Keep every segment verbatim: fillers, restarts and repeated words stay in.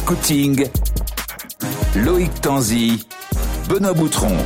Scouting, Loïc Tanzi, Benoît Boutron.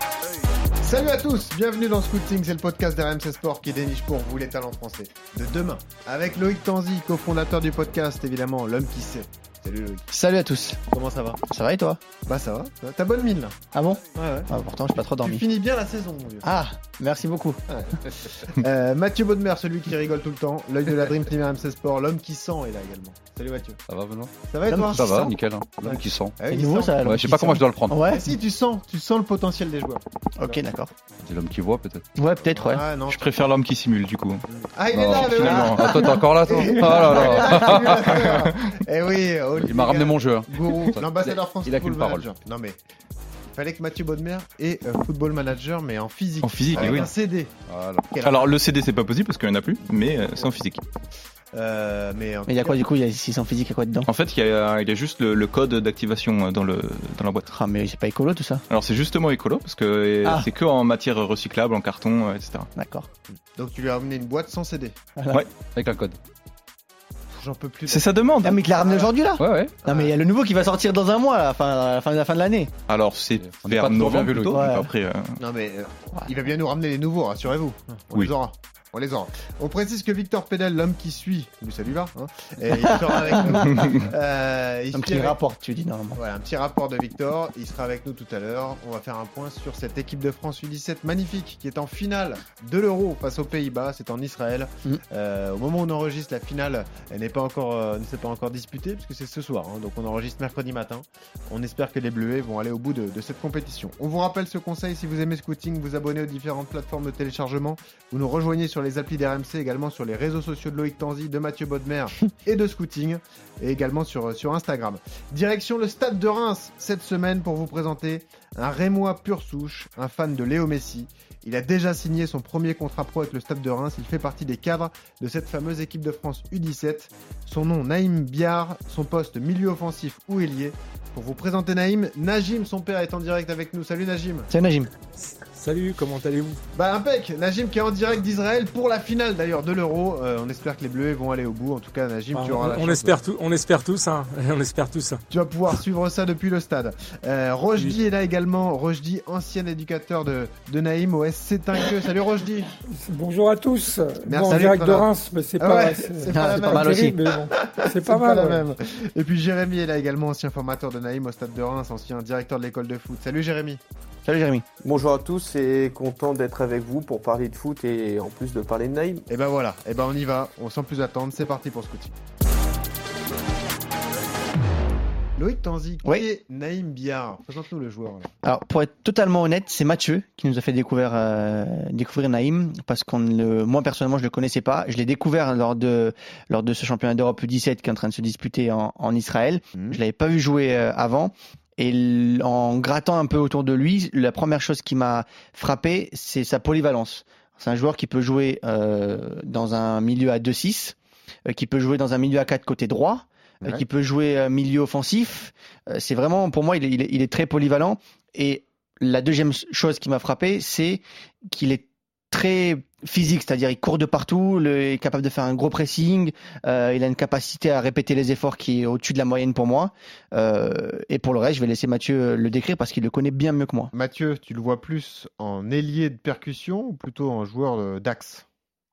Salut à tous, bienvenue dans Scouting, c'est le podcast d'R M C Sport qui déniche pour vous les talents français de demain. Avec Loïc Tanzi, cofondateur du podcast, évidemment, l'homme qui sait. Salut Loïc. Salut à tous. Comment ça va ? Ça va et toi ? Bah ça va, t'as bonne mine là. Ah bon ? Ouais ouais. Ah, pourtant j'ai pas trop dormi. Tu finis bien la saison mon vieux. Ah, merci beaucoup. Ouais. euh, Mathieu Baudemer, celui qui rigole tout le temps, l'œil de la Dream Team R M C Sport, l'homme qui sent est là également. Salut Mathieu. Ça va Benoît ? Ça va et toi ? Ça va, nickel. Hein. L'homme Ouais. qui sent. Ah oui, C'est il nouveau sent. ça. Ouais, je sais pas comment je dois le prendre. Ah, Ouais. si tu sens, tu sens le potentiel des joueurs. Ok, d'accord. C'est l'homme qui voit peut-être. Ouais, peut-être ouais. Ah non. Je préfère l'homme qui simule du coup. Ah il est Non, là, mais finalement. oui. Ah, toi t'es encore là toi ? Oh là là. Eh oui, Olivier Il m'a ramené mon jeu. hein. Gourou, l'ambassadeur France Il a Football qu'une parole. Manager. Non mais, il fallait que Mathieu Baudemer ait euh, Football Manager, mais en physique. En physique, avec oui. un C D. Voilà. Quel- Alors le C D c'est pas possible parce qu'il n'y en a plus, mais euh, c'est en physique. Euh, mais, en Mais il y a tout quoi cas, du coup ? Il y a six cents physique, il y a quoi dedans ? En fait il y a, il y a juste le, le code d'activation euh, dans, le, dans la boîte. Ah mais c'est pas écolo tout ça. Alors c'est justement écolo parce que euh, Ah. c'est que en matière recyclable, en carton, euh, et cetera. D'accord. Donc tu lui as ramené une boîte sans C D. Voilà. Ouais. Avec un code. J'en peux plus. C'est sa demande. Ah mais il l'a ramené aujourd'hui là ? Ouais, ouais. Non mais il y a le nouveau qui va sortir dans un mois là, enfin, à la fin, à la fin de l'année. Alors c'est On n'est vers pas toujours novembre bien vu, plutôt. Loïc. donc Ouais. Après, euh, Non mais, euh, il va bien nous ramener les nouveaux, rassurez-vous. On Oui. les aura. On les aura. On précise que Victor Pédel, l'homme qui suit, lui ça lui va, hein, et il sera avec nous. Euh, il Un suit petit avec- rapport tu dis normalement. Voilà, un petit rapport de Victor. Il sera avec nous tout à l'heure. On va faire un point sur cette équipe de France U dix-sept magnifique qui est en finale de l'Euro face aux Pays-Bas. C'est en Israël. Mm. Euh, au moment où on enregistre la finale, elle n'est pas encore, euh, ne s'est pas encore disputée puisque c'est ce soir. hein. donc on enregistre mercredi matin. On espère que les Bleuets vont aller au bout de, de cette compétition. On vous rappelle ce conseil si vous aimez Scouting, vous abonnez aux différentes plateformes de téléchargement. Vous nous rejoignez sur les applis d'R M C, également sur les réseaux sociaux de Loïc Tanzi, de Mathieu Baudemer et de Scouting, et également sur, sur Instagram. Direction le stade de Reims cette semaine pour vous présenter un Rémois pur souche, un fan de Léo Messi. Il a déjà signé son premier contrat pro avec le stade de Reims. Il fait partie des cadres de cette fameuse équipe de France U dix-sept. Son nom, Naïm Biar, son poste milieu offensif ou ailier. Pour vous présenter Naïm, Najim, son père, est en direct avec nous. Salut Najim. Salut Najim. Salut, comment allez-vous ? Bah impec, Najim qui est en direct d'Israël pour la finale d'ailleurs de l'Euro. Euh, on espère que les Bleus vont aller au bout. En tout cas, Najim, tu auras la on, chance. espère tout, on espère tous, hein. On espère tous. Tu vas pouvoir suivre ça depuis le stade. Euh, Rojdi Oui. est là également. Rojdi, ancien éducateur de, de Naïm au S C Tinqueux. Salut Rojdi. Bonjour à tous. Merci. Bon, en Salut, direct de Connard. Reims, mais c'est Ah pas, ouais, c'est, c'est pas la c'est même. pas mal aussi. terrible, mais bon, c'est C'est pas mal. la ouais. même. Et puis Jérémy est là également, ancien formateur de Naïm au stade de Reims, ancien directeur de l'école de foot. Salut Jérémy. Salut Jérémy. Bonjour à tous et content d'être avec vous pour parler de foot et en plus de parler de Naïm. Et ben voilà, et ben on y va, on sans plus attendre, c'est parti pour Scouting. Loïc Tanzi, qui Oui. est Naïm Biar ? Présente-nous le joueur. là. Alors pour être totalement honnête, c'est Mathieu qui nous a fait découvrir euh, découvrir Naïm parce qu'on le, moi personnellement je le connaissais pas. Je l'ai découvert lors de lors de ce championnat d'Europe U dix-sept qui est en train de se disputer en, en Israël. Mhm. Je l'avais pas vu jouer euh, avant. Et l- en grattant un peu autour de lui, la première chose qui m'a frappé, c'est sa polyvalence. C'est un joueur qui peut jouer euh, dans un milieu à deux six, euh, qui peut jouer dans un milieu à quatre côté droit, euh, Ouais. qui peut jouer euh, milieu offensif. Euh, c'est vraiment, pour moi, il est, il est, il est très polyvalent. Et la deuxième chose qui m'a frappé, c'est qu'il est très physique, c'est-à-dire il court de partout, le, il est capable de faire un gros pressing, euh, il a une capacité à répéter les efforts qui est au-dessus de la moyenne pour moi. Euh, et pour le reste, je vais laisser Mathieu le décrire parce qu'il le connaît bien mieux que moi. Mathieu, tu le vois plus en ailier de percussion ou plutôt en joueur euh, d'axe ?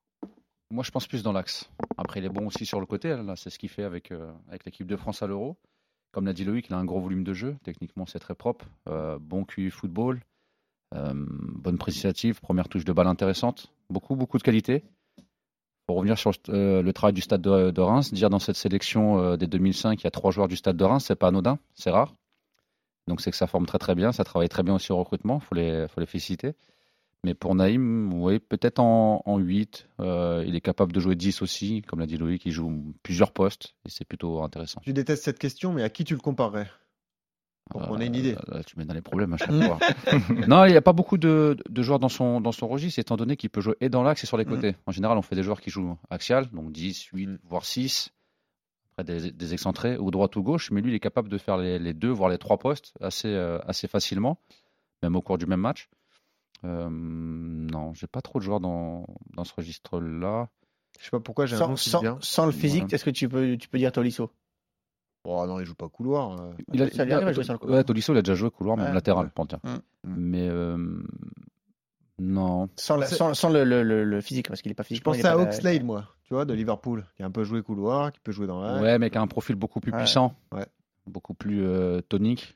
Moi je pense plus dans l'axe. Après il est bon aussi sur le côté, là, c'est ce qu'il fait avec, euh, avec l'équipe de France à l'Euro. Comme l'a dit Loïc, il a un gros volume de jeu, techniquement c'est très propre, euh, bon Q I football, euh, bonne prise d'initiative, première touche de balle intéressante, beaucoup beaucoup de qualité. Pour revenir sur euh, le travail du Stade de, de Reims, dire dans cette sélection euh, des deux mille cinq, il y a trois joueurs du Stade de Reims, c'est pas anodin, c'est rare. Donc c'est que ça forme très très bien, ça travaille très bien aussi au recrutement, il faut les, faut les féliciter. Mais pour Naïm, oui, peut-être en, en huit, euh, il est capable de jouer dix aussi, comme l'a dit Loïc, il joue plusieurs postes et c'est plutôt intéressant. Tu détestes cette question, mais à qui tu le comparerais ? Pour qu'on ait une idée. Euh, là, tu mets dans les problèmes à chaque fois. Non, il n'y a pas beaucoup de, de joueurs dans son, dans son registre, étant donné qu'il peut jouer et dans l'axe et sur les côtés. En général, on fait des joueurs qui jouent axial, donc dix, huit, voire six, après des, des excentrés, ou droite ou gauche, mais lui, il est capable de faire les, les deux, voire les trois postes assez, euh, assez facilement, même au cours du même match. Euh, non, j'ai pas trop de joueurs dans, dans ce registre-là. Je sais pas pourquoi j'ai un Sans, nom qui me sans, vient. sans le physique, Voilà. est-ce que tu peux, tu peux dire Tolisso ? Oh non, il joue pas couloir. euh. Il a, Ça lui il a- arrive à jouer sur le couloir. ouais, Tolisso, il a déjà joué couloir, même Ouais. latéral, Ouais. pour dire. Mm. Mais euh, non. Sans, la- C'est- sans, sans le, le, le, le physique, parce qu'il est pas Je physique. pensais à Oxlade, moi, tu vois, de Liverpool, qui a un peu joué couloir, qui peut jouer dans la. Ouais, mais qui a un profil beaucoup plus Ouais. puissant, Ouais. beaucoup plus euh, tonique.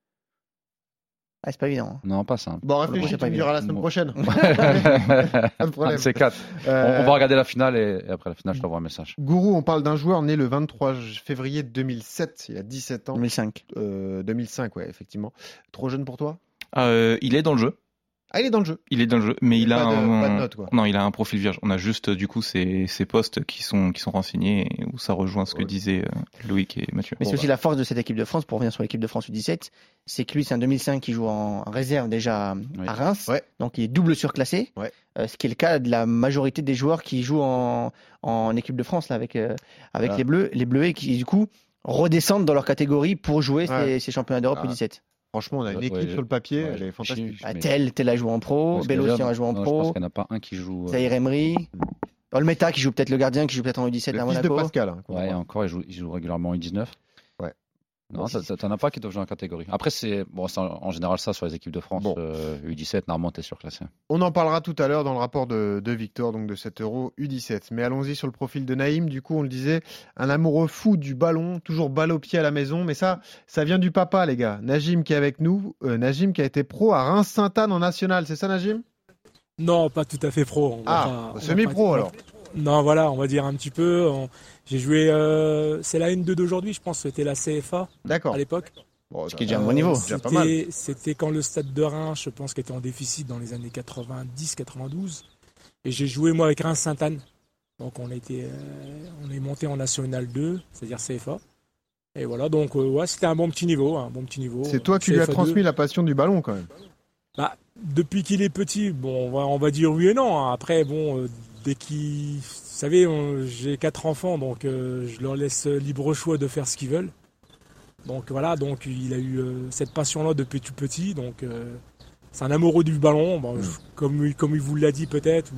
Ah, c'est pas évident. hein. Non, pas simple. Bon, Pour le coup, réfléchis, c'est tu pas me diras la évident. semaine prochaine. Pas de problème. C'est quatre. Euh, On, on va regarder la finale et, et après la finale, je t'envoie un message. Gourou, on parle d'un joueur né le vingt-trois février deux mille sept, il a dix-sept ans. deux mille cinq. Euh, deux mille cinq, ouais, effectivement. Trop jeune pour toi? Euh, il est dans le jeu. Ah, il est dans le jeu. Il est dans le jeu, mais il a Pas de- un... pas de note, quoi. Non, il a un profil vierge. On a juste du coup ces, ces postes qui sont qui sont renseignés et où ça rejoint ce que Ouais. disaient euh, Loïc et Mathieu. Mais Bon, c'est aussi bah. la force de cette équipe de France, pour revenir sur l'équipe de France U dix-sept, c'est que lui, c'est un deux mille cinq qui joue en réserve déjà Oui. à Reims. Ouais. Donc il est double surclassé. Ouais. Euh, ce qui est le cas de la majorité des joueurs qui jouent en, en équipe de France là, avec, euh, avec Voilà. les Bleus. Les Bleuets qui, du coup, redescendent dans leur catégorie pour jouer Ouais. ces, ces championnats d'Europe Ah. U dix-sept. Franchement, on a une Ouais, équipe ouais, sur le papier, ouais, elle est je- fantastique. je- Ah, mais- Tel, Tel a joué en pro, Parce que Bellotti déjà, a joué en non, Je pense pro, qu'il n'y en a pas un qui joue. euh, Zahir Emery, Olmeta qui joue peut-être le gardien, qui joue peut-être en U dix-sept Le à fils de Monaco. Pascal. hein, qu'on Ouais, voit. encore, il joue, il joue régulièrement en U dix-neuf. Ouais. Non, Bon, ça- si- ça- t'en as pas qui doivent jouer en catégorie. Après, c'est bon, c'est en en général ça sur les équipes de France. Bon. euh, U dix-sept, normalement, t'es surclassé. On en parlera tout à l'heure dans le rapport de, de Victor, donc de cet Euro U dix-sept. Mais allons-y sur le profil de Naïm. Du coup, on le disait, un amoureux fou du ballon, toujours balle au pied à la maison. Mais ça, ça vient du papa, les gars. Najim qui est avec nous. Euh, Najim qui a été pro à Reims-Sainte-Anne en national. C'est ça, Najim? Non, pas tout à fait pro. On va Ah, pas- on va semi-pro pas- alors. Non, voilà, on va dire un petit peu. On- J'ai joué, euh, c'est la N deux d'aujourd'hui, je pense, c'était la C F A D'accord. à l'époque. Bon, Ce qui est déjà un bon niveau. Euh, Déjà pas mal. C'était c'était quand le stade de Reims, je pense, qui était en déficit dans les années quatre-vingt-dix quatre-vingt-douze. Et j'ai joué, moi, avec Reims-Sainte-Anne. Donc, on, a été, euh, on est monté en National deux, c'est-à-dire C F A. Et voilà, donc, euh, ouais, c'était un bon petit niveau. Un bon petit niveau. C'est toi qui lui as C F A deux. transmis la passion du ballon, quand même. Bah, depuis qu'il est petit, bon, on va, on va dire oui et non. hein. Après, bon, euh, dès qu'il. Vous savez, on- j'ai quatre enfants, donc euh, je leur laisse libre choix de faire ce qu'ils veulent. Donc voilà, donc il a eu euh, cette passion-là depuis tout petit. Donc euh, c'est un amoureux du ballon. Bon, Mm. je- comme, comme il vous l'a dit peut-être,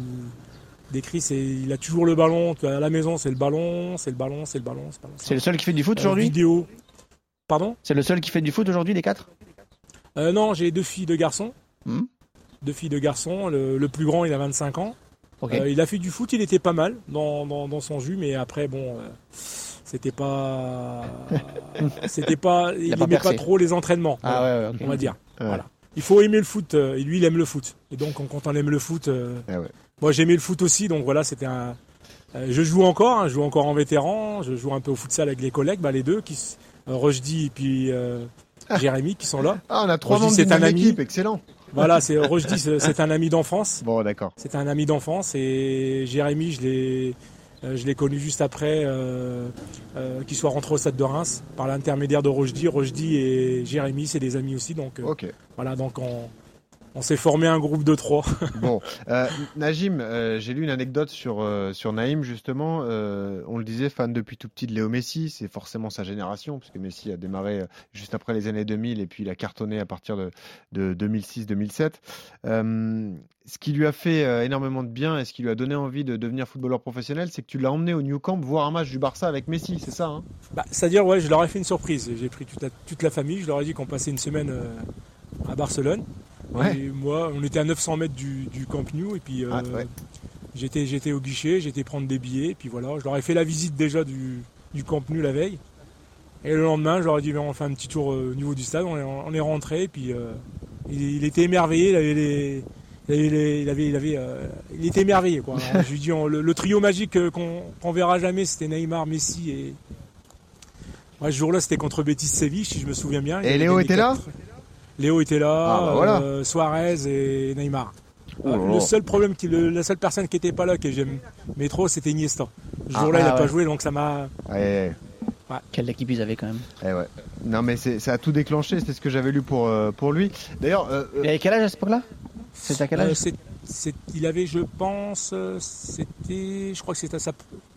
ou décrit, c'est, il a toujours le ballon. À la maison, c'est le ballon, c'est le ballon, c'est le ballon. C'est, le ballon, C'est le seul qui fait du foot Euh, aujourd'hui vidéo. Pardon C'est le seul qui fait du foot aujourd'hui, les quatre Euh, Non, j'ai deux filles, deux garçons. Hmm. Deux filles, deux garçons. Le, le plus grand, il a vingt-cinq ans. Ok. Euh, il a fait du foot, il était pas mal dans, dans, dans son jus, mais après, bon, euh, c'était pas. c'était pas. Il a pas aimait pas percé. trop les entraînements, Ah voilà, ouais, ouais, ok. on va dire. Ouais. Voilà. Il faut aimer le foot, euh, et lui, il aime le foot. Et donc, quand on aime le foot. euh, Eh ouais. Moi, j'aimais le foot aussi, donc voilà, c'était un. euh, je joue encore, hein, je joue encore en vétéran, je joue un peu au futsal avec les collègues, bah, les deux, qui, s- euh, Rojdi et puis euh, Jérémy, qui sont là. Ah, on a trois Moi, je membres dis, d'une c'est un même ami. équipe. Excellent. Voilà, c'est Rojdi, c'est c'est un ami d'enfance. Bon, d'accord. C'était un ami d'enfance et Jérémy, je l'ai, euh, je l'ai connu juste après euh, euh, qu'il soit rentré au stade de Reims par l'intermédiaire de Rojdi. Rojdi et Jérémy, c'est des amis aussi. Donc euh, Ok. voilà, donc on, on s'est formé un groupe de trois. Bon, euh, Najim, euh, j'ai lu une anecdote sur, euh, sur Naïm, justement. Euh, on le disait, fan depuis tout petit de Léo Messi. C'est forcément sa génération, parce que Messi a démarré euh, juste après les années deux mille et puis il a cartonné à partir de, de deux mille six deux mille sept. Euh, ce qui lui a fait euh, énormément de bien et ce qui lui a donné envie de devenir footballeur professionnel, c'est que tu l'as emmené au Nou Camp voir un match du Barça avec Messi, c'est ça hein? Bah, c'est-à-dire, ouais, je leur ai fait une surprise. J'ai pris toute la, toute la famille, je leur ai dit qu'on passait une semaine euh, à Barcelone. Ouais. Et moi, on était à neuf cents mètres du, du Camp Nou et puis euh, Ah, ouais. j'étais, j'étais au guichet, j'étais prendre des billets. Et puis voilà, je leur ai fait la visite déjà du, du Camp Nou la veille. Et le lendemain, je leur ai dit, on fait un petit tour euh, au niveau du stade. On est, on est rentré et puis euh, il, il était émerveillé. Il avait les, il avait, les- il avait, il avait, euh, il était émerveillé quoi. Alors, je lui ai dit, on- le, le trio magique euh, qu'on, qu'on verra jamais, c'était Neymar, Messi et ouais, ce jour-là, c'était contre Betis Séville, si je me souviens bien. Il Et avait Léo gagné était là quatre. Léo était là, Ah, bah voilà. euh, Suarez et Neymar. Oh là Euh, là. le seul problème, qui, le- la seule personne qui n'était pas là, que j'aime mais trop, c'était Iniesta. Ce Ah, jour-là, il ah n'a pas ouais. joué, donc ça m'a. Ouais, Quelle équipe ils avaient quand même. eh ouais. Non, mais c'est- ça a tout déclenché, c'est ce que j'avais lu pour, euh, pour lui. D'ailleurs, euh, euh, Il avait quel âge à cette époque-là C'était à quel âge Euh, c'est- c'est- Il avait, je pense, euh, c'était. Je crois que c'était à sa.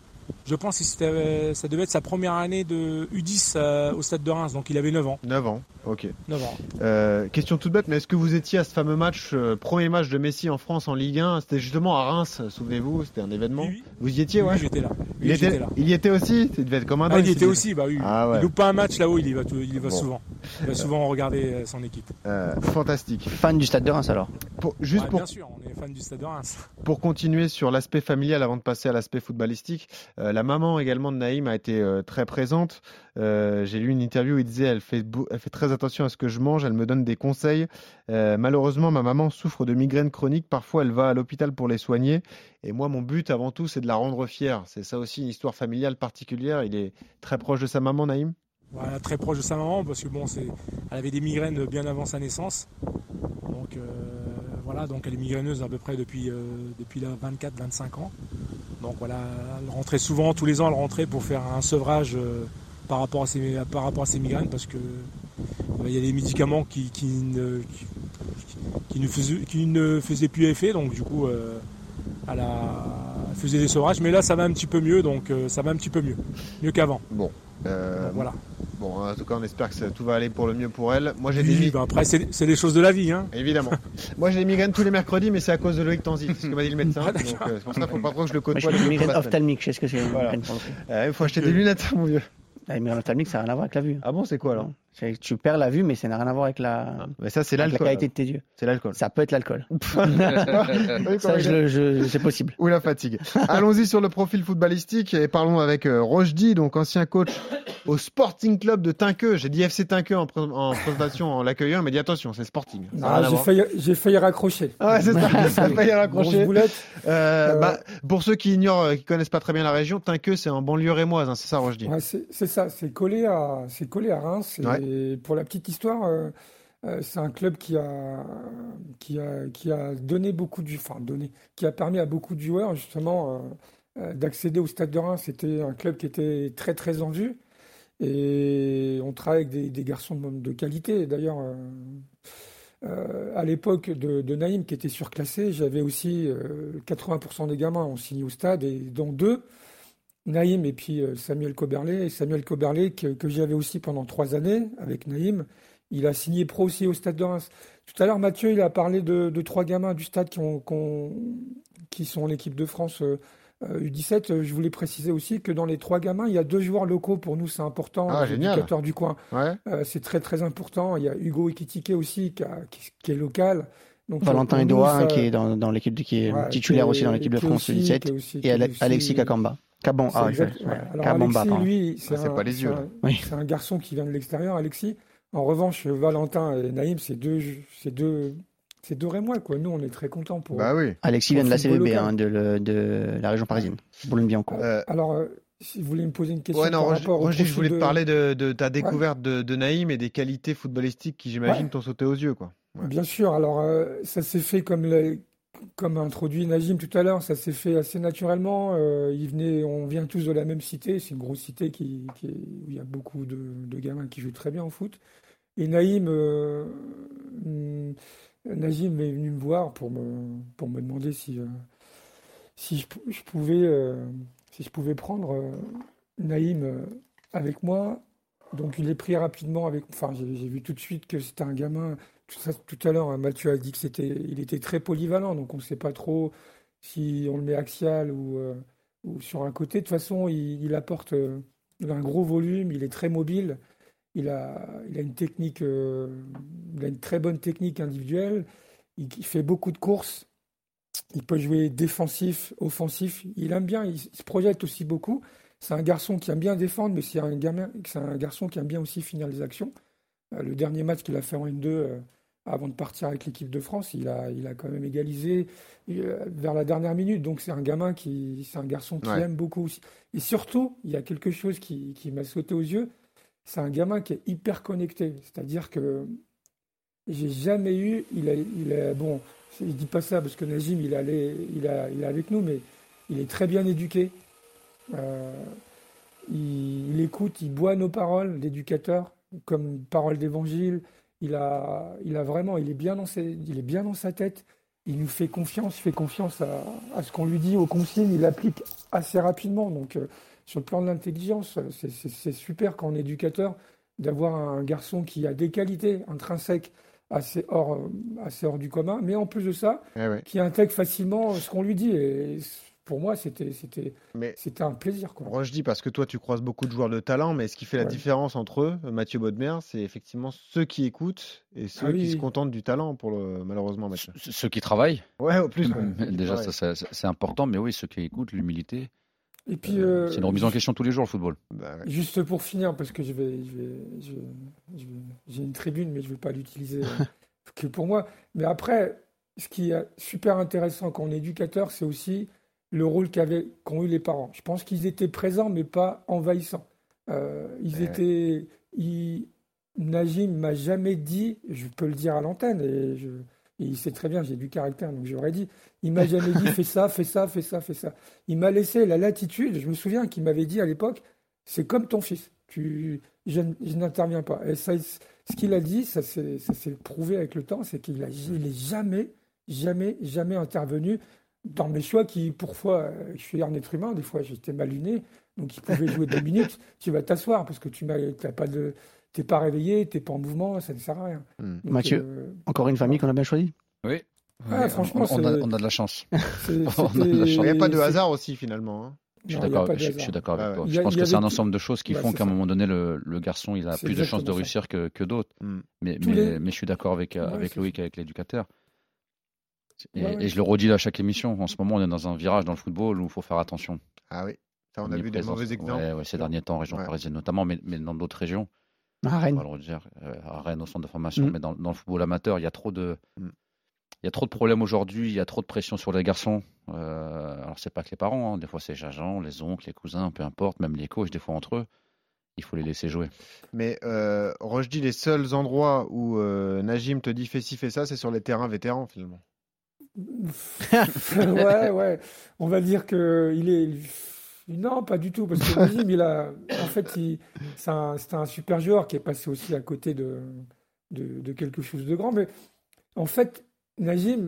Je pense que c'était, ça devait être sa première année de U dix euh, au Stade de Reims, donc il avait neuf ans. neuf ans, ok. neuf ans. Euh, question toute bête, mais est-ce que vous étiez à ce fameux match, euh, premier match de Messi en France en Ligue un? C'était justement à Reims, souvenez-vous, c'était un événement. Oui, oui. Vous y étiez, Oui, ouais. j'étais là. Il, Oui, était, j'étais là. il y était aussi. Il devait être comme un Ah, dingue. il y ce était gars. aussi, bah oui. Ah ouais. Il loupe pas un match là-haut, il y va, tout- il y va Bon. souvent. Il va souvent regarder euh, son équipe. Euh, fantastique. Fan du Stade de Reims alors. Pour, juste Ouais, pour, Bien sûr, on est fan du Stade de Reims. pour continuer sur l'aspect familial avant de passer à l'aspect footballistique, euh, la maman également de Naïm a été euh, très présente. Euh, j'ai lu une interview où il disait elle fait, beau- elle fait très attention à ce que je mange, elle me donne des conseils. Euh, malheureusement, ma maman souffre de migraines chroniques. Parfois, elle va à l'hôpital pour les soigner. Et moi, mon but avant tout, c'est de la rendre fière. C'est ça aussi une histoire familiale particulière. Il est très proche de sa maman, Naïm. Voilà, très proche de sa maman parce que bon, c'est, elle avait des migraines bien avant sa naissance. Donc euh, voilà, donc elle est migraineuse à peu près depuis, euh, depuis là vingt-quatre vingt-cinq ans. Donc voilà, elle rentrait souvent, tous les ans, elle rentrait pour faire un sevrage euh, par, rapport à ses, par rapport à ses migraines parce que euh, il y a des médicaments qui, qui, ne, qui, qui ne faisaient, qui ne faisaient plus effet. Donc du coup, euh, elle, a, elle faisait des sevrages. Mais là, ça va un petit peu mieux, donc euh, ça va un petit peu mieux, mieux qu'avant. Bon. Euh, Donc, voilà. Bon, en tout cas, on espère que ça- tout va aller pour le mieux pour elle. Moi, j'ai des Oui, mi- bah après, c'est, c'est des choses de la vie. Hein. Évidemment. Moi, j'ai des migraines tous les mercredis, mais c'est à cause de Loïc Tanzi. C'est ce que m'a dit le médecin. Ah, Donc, d'accord. euh, c'est pour ça qu'il ne faut pas trop que je le Moi, côtoie. j'ai les une deux migraine fois la semaine. ophtalmique, je sais ce que c'est. une Voilà. migraine pour le coup. Euh, Il faut acheter des lunettes, mon vieux. La migraine ophtalmique, ça n'a rien à voir avec la vue. Ah bon, c'est quoi alors? C'est- Tu perds la vue, mais ça n'a rien à voir avec la, Mais ça, c'est avec la l'alcool. qualité de tes yeux. C'est l'alcool. Ça peut être l'alcool. Oui, Ça, je, le- je- c'est possible. Ou la fatigue. Allons-y sur le profil footballistique et parlons avec euh, Rochdi, donc ancien coach au Sporting Club de Tinqueux. J'ai dit F C Tinqueux en, pré- en présentation en l'accueillant, mais dis attention, c'est Sporting. Ça a Ah, rien à j'ai, voir. failli, j'ai failli raccrocher. Ah ouais, c'est ça, ça a failli Grosse raccrocher. boulette. Euh, Euh, bah, pour ceux qui ignorent, euh, qui connaissent pas très bien la région, Tinqueux, c'est en banlieue rémoise, hein, c'est ça, Rochdi. Ouais, c'est, c'est ça, c'est collé à, c'est collé à Reims. Et Ouais. pour la petite histoire, euh, euh, c'est un club qui a, qui a, qui a donné beaucoup de, enfin donné, qui a permis à beaucoup de joueurs justement euh, euh, d'accéder au Stade de Reims. C'était un club qui était très très en vue. Et on travaille avec des, des garçons de, de qualité. D'ailleurs, euh, euh, à l'époque de, de Naïm, qui était surclassé, j'avais aussi euh, quatre-vingts pour cent des gamins ont signé au stade, et dont deux, Naïm et puis euh, Samuel Coberlé. Et Samuel Coberlé, que, que j'avais aussi pendant trois années avec Naïm, il a signé pro aussi au Stade de Reims. Tout à l'heure, Mathieu, il a parlé de, de trois gamins du stade qui, ont, qui, ont- qui sont l'équipe de France euh, euh, U dix-sept. Euh, Je voulais préciser aussi que dans les trois gamins, il y a deux joueurs locaux. Pour nous, c'est important. Ah, les génial. éducateurs du coin. Ouais. Euh, c'est très très important. Il y a Hugo Ekitike aussi qui, a- qui- qui est local. Donc, Valentin pour nous, Edouard, hein, ça- qui est dans, dans l'équipe, de- qui est ouais, titulaire qui est- aussi dans l'équipe de qui est France aussi- U dix-sept. qui est aussi- Et qui est Ale- aussi- Alexis Kakamba. Kabon, C'est ah, exact- je- ouais. ouais. Alors Kabamba, Alexis, pardon. lui, c'est Ah, c'est un, pas les c'est yeux, un- là. Oui. c'est un garçon qui vient de l'extérieur, Alexis. En revanche, Valentin et Naïm, c'est deux, c'est deux, c'est deux Rémois, quoi. Nous, on est très contents pour. Bah oui. Alexis vient de la C V Football B, local. hein, de, le- de la région parisienne. Boulogne-Billancourt. Euh, Alors, euh, si vous voulez me poser une question ouais, non, par Roger, rapport au Roger, je profil voulais te de- parler de, de ta découverte de, de Naïm et des qualités footballistiques qui, j'imagine, Ouais. t'ont sauté aux yeux, quoi. Ouais. Bien sûr. Alors, euh, ça s'est fait comme le- comme a introduit Najim tout à l'heure. Ça s'est fait assez naturellement. Euh, il venait, on vient tous de la même cité. C'est une grosse cité qui, qui est- où il y a beaucoup de, de gamins qui jouent très bien au foot. Et Naïm, euh, hum, Najim est venu me voir pour me, pour me demander si, euh, si je, pou- je pouvais, euh, si je pouvais prendre euh, Naïm euh, avec moi. Donc il est pris rapidement avec. Enfin, j'ai j'ai vu tout de suite que c'était un gamin. Tout, ça, tout à l'heure, hein, Mathieu a dit que c'était, il était très polyvalent. Donc on ne sait pas trop si on le met axial ou, euh, ou sur un côté. De toute façon, il, il apporte. euh, il a un gros volume. Il est très mobile. Il a, il a une technique, euh, il a une très bonne technique individuelle. Il, il fait beaucoup de courses. Il peut jouer défensif, offensif. Il aime bien. Il, il se projette aussi beaucoup. C'est un garçon qui aime bien défendre, mais c'est un gamin, c'est un garçon qui aime bien aussi finir les actions. Euh, le dernier match qu'il a fait en N deux, euh, avant de partir avec l'équipe de France, il a, il a quand même égalisé euh, vers la dernière minute. Donc c'est un gamin qui, c'est un garçon qui Ouais. aime beaucoup aussi. Et surtout, il y a quelque chose qui, qui m'a sauté aux yeux. C'est un gamin qui est hyper connecté. C'est-à-dire que j'ai jamais eu. Il a, il a, bon, je dis pas ça parce que Najim, il, allait, il, a, il est avec nous, mais il est très bien éduqué. Euh, il, il écoute, il boit nos paroles d'éducateur, comme paroles d'évangile. Il a, il a vraiment, il est bien dans ses, il est bien dans sa tête. Il nous fait confiance, il fait confiance à, à ce qu'on lui dit, aux consignes. Il applique assez rapidement. Donc, euh, sur le plan de l'intelligence. C'est, c'est, c'est super quand on est éducateur d'avoir un garçon qui a des qualités intrinsèques assez hors, assez hors du commun, mais en plus de ça, Eh ouais. qui intègre facilement ce qu'on lui dit. Et pour moi, c'était, c'était, Mais c'était un plaisir, quoi. Moi, je dis parce que toi, tu croises beaucoup de joueurs de talent, mais ce qui fait la Ouais. différence entre eux, Mathieu Bodmer, c'est effectivement ceux qui écoutent et ceux Ah oui, qui se oui. contentent du talent, pour le... malheureusement, Mathieu. Ce- Ceux qui travaillent, Ouais, au plus. ouais. mais déjà, Ouais. ça, c'est- c'est important, mais oui, ceux qui écoutent, l'humilité, Et puis, euh, euh, c'est une remise en question tous les jours, le football. Bah, ouais. juste pour finir, parce que je vais, je vais, je vais- je vais- j'ai une tribune, mais je ne vais pas l'utiliser euh, que pour moi. Mais après, ce qui est super intéressant quand on est éducateur, c'est aussi le rôle qu'avaient, qu'ont eu les parents. Je pense qu'ils étaient présents, mais pas envahissants. Euh, ils Ouais. étaient. Ils, Najim m'a jamais dit, je peux le dire à l'antenne, et, je, et il sait très bien, j'ai du caractère, donc j'aurais dit, il m'a jamais dit fais ça, fais ça, fais ça, fais ça. Il m'a laissé la latitude. Je me souviens qu'il m'avait dit à l'époque, c'est comme ton fils, tu, je, je n'interviens pas. Et ça, ce qu'il a dit, ça s'est, ça s'est prouvé avec le temps, c'est qu'il a, il est jamais, jamais, jamais intervenu dans mes choix qui, parfois, euh, je suis un être humain, des fois j'étais mal luné, donc il pouvait jouer deux minutes, tu vas t'asseoir parce que tu n'as pas de, t'es pas réveillé, t'es pas en mouvement, ça ne sert à rien. Hmm. Donc, Mathieu. euh, Encore une famille qu'on a bien choisie. Oui. Ah, Oui, franchement, on, on a, c'est- on a de la chance. c'est- On a de la c'était- chance. Il n'y a pas de c'est- hasard aussi, finalement. hein. Je suis Non, il y a d'accord, pas de je, je hasard. suis d'accord avec Ouais, toi. ouais. Je Il y a- pense il y que c'est un avait- ensemble de choses qui Ouais, font c'est qu'à un ça. moment donné, le, le garçon, il a C'est plus de chances de exactement ça. réussir que, que d'autres. Hmm. Mais, Tous mais, les- mais je suis d'accord avec, euh, Ouais, avec c'est Loïc, avec l'éducateur. Et, Ouais, ouais. et je le redis là à chaque émission, en ce moment, on est dans un virage dans le football où il faut faire attention. Ah oui, ça, on a vu des Omniprésence. mauvais exemples. Ouais, ouais, ces derniers temps, en région Ouais. parisienne notamment, mais, mais dans d'autres régions. À On Rennes. va le redire, euh, à Rennes, au centre de formation, Mm. mais dans, dans le football amateur, il y a trop de, Mm. il y a trop de problèmes aujourd'hui, il y a trop de pression sur les garçons. Euh, alors, c'est pas que les parents, hein, des fois, c'est les agents, les oncles, les cousins, peu importe, même les coachs, des fois entre eux. Il faut les laisser jouer. Mais euh, Rochdi, les seuls endroits où euh, Najim te dit fais ci, fais ça, c'est sur les terrains vétérans, finalement. ouais, ouais. On va dire que il est. Non, pas du tout, parce que Najim, il a. En fait, il... c'est un... c'est un super joueur qui est passé aussi à côté de... De... de quelque chose de grand. Mais en fait, Najim,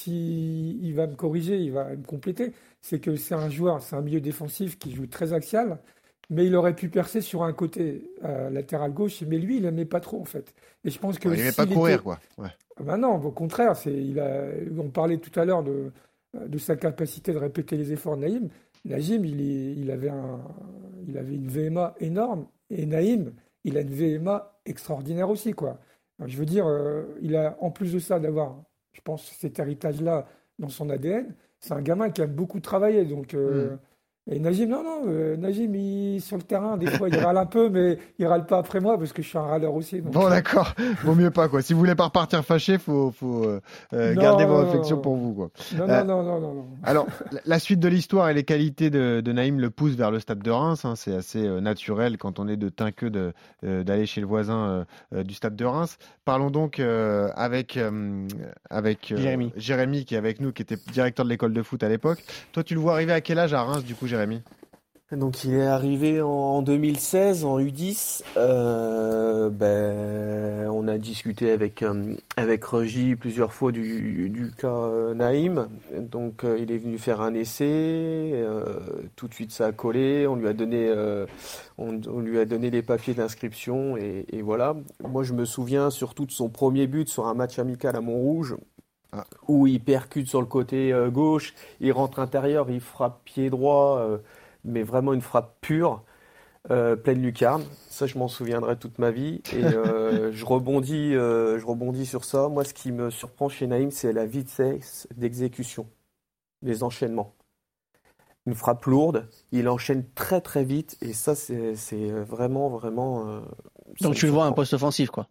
si il va me corriger, il va me compléter, c'est que c'est un joueur, c'est un milieu défensif qui joue très axial, mais il aurait pu percer sur un côté euh, latéral gauche, mais lui, il n'aimait pas trop, en fait. Et je pense que Ouais, il n'aimait pas s'il courir, était- quoi. Ouais. Ah ben non, au contraire, c'est, il a, on parlait tout à l'heure de, de sa capacité de répéter les efforts de Naïm. Najim, il, est- il, avait un, il avait une V M A énorme, et Naïm, il a une V M A extraordinaire aussi, quoi. Alors, je veux dire, euh, il a, en plus de ça, d'avoir, je pense, cet héritage-là dans son A D N, c'est un gamin qui a beaucoup travaillé, donc... euh, Et Najim, non, non, euh, Najim, il, sur le terrain, des fois, il râle un peu, mais il râle pas après moi parce que je suis un râleur aussi. donc- Bon, d'accord. Vaut mieux pas, quoi. Si vous voulez pas repartir fâché, faut, faut euh, euh, Non, garder vos non, réflexions non. pour vous, quoi. Non, Euh, non, non, non, non, non. Alors, la- la suite de l'histoire et les qualités de, de Naïm le poussent vers le stade de Reims. hein. C'est assez euh, naturel quand on est de Tinqueux de, euh, d'aller chez le voisin euh, euh, du stade de Reims. Parlons donc euh, avec, euh, avec euh, Jérémy. Jérémy qui est avec nous, qui était directeur de l'école de foot à l'époque. Toi, tu le vois arriver à quel âge à Reims, du coup, Jérémy? Donc il est arrivé en deux mille seize en U dix. Euh, ben, on a discuté avec euh, avec Rogy plusieurs fois du, du cas euh, Naïm. Donc euh, il est venu faire un essai. euh, tout de suite ça a collé. On lui a donné euh, on, on lui a donné les papiers d'inscription et, et voilà. Moi je me souviens surtout de son premier but sur un match amical à Montrouge. Ah. Où il percute sur le côté euh, gauche, il rentre intérieur, il frappe pied droit. euh, mais vraiment une frappe pure, euh, pleine lucarne. Ça, je m'en souviendrai toute ma vie. Et euh, je rebondis, euh, je rebondis sur ça. Moi, ce qui me surprend chez Naïm, c'est la vitesse d'exécution, les enchaînements. Une frappe lourde, il enchaîne très très vite, et ça, c'est, c'est vraiment, vraiment. euh, ça Donc me tu le vois un surprend. poste offensif, quoi.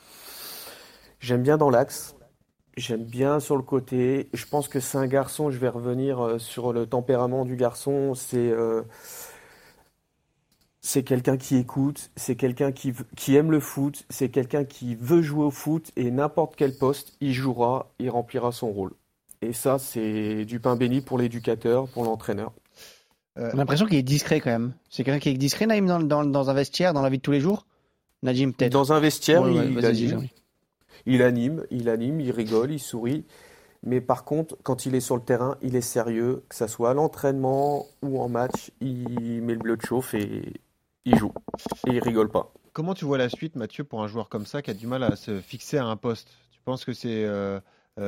J'aime bien dans l'axe. J'aime bien sur le côté. Je pense que c'est un garçon, je vais revenir euh, sur le tempérament du garçon. C'est euh, c'est quelqu'un qui écoute, c'est quelqu'un qui, v- qui aime le foot, c'est quelqu'un qui veut jouer au foot et n'importe quel poste, il jouera, il remplira son rôle. Et ça, c'est du pain béni pour l'éducateur, pour l'entraîneur. Euh, On a l'impression qu'il est discret quand même. C'est quelqu'un qui est discret, Naïm, dans, dans, dans un vestiaire, dans la vie de tous les jours. Najim, peut-être. Dans un vestiaire, Ouais, ouais, il, vas-y, anime, Jérémy. il anime, il anime, il rigole, il sourit. Mais par contre, quand il est sur le terrain, il est sérieux, que ça soit à l'entraînement ou en match, il met le bleu de chauffe et il joue. Et il rigole pas. Comment tu vois la suite, Mathieu, pour un joueur comme ça qui a du mal à se fixer à un poste? Tu penses que c'est, euh,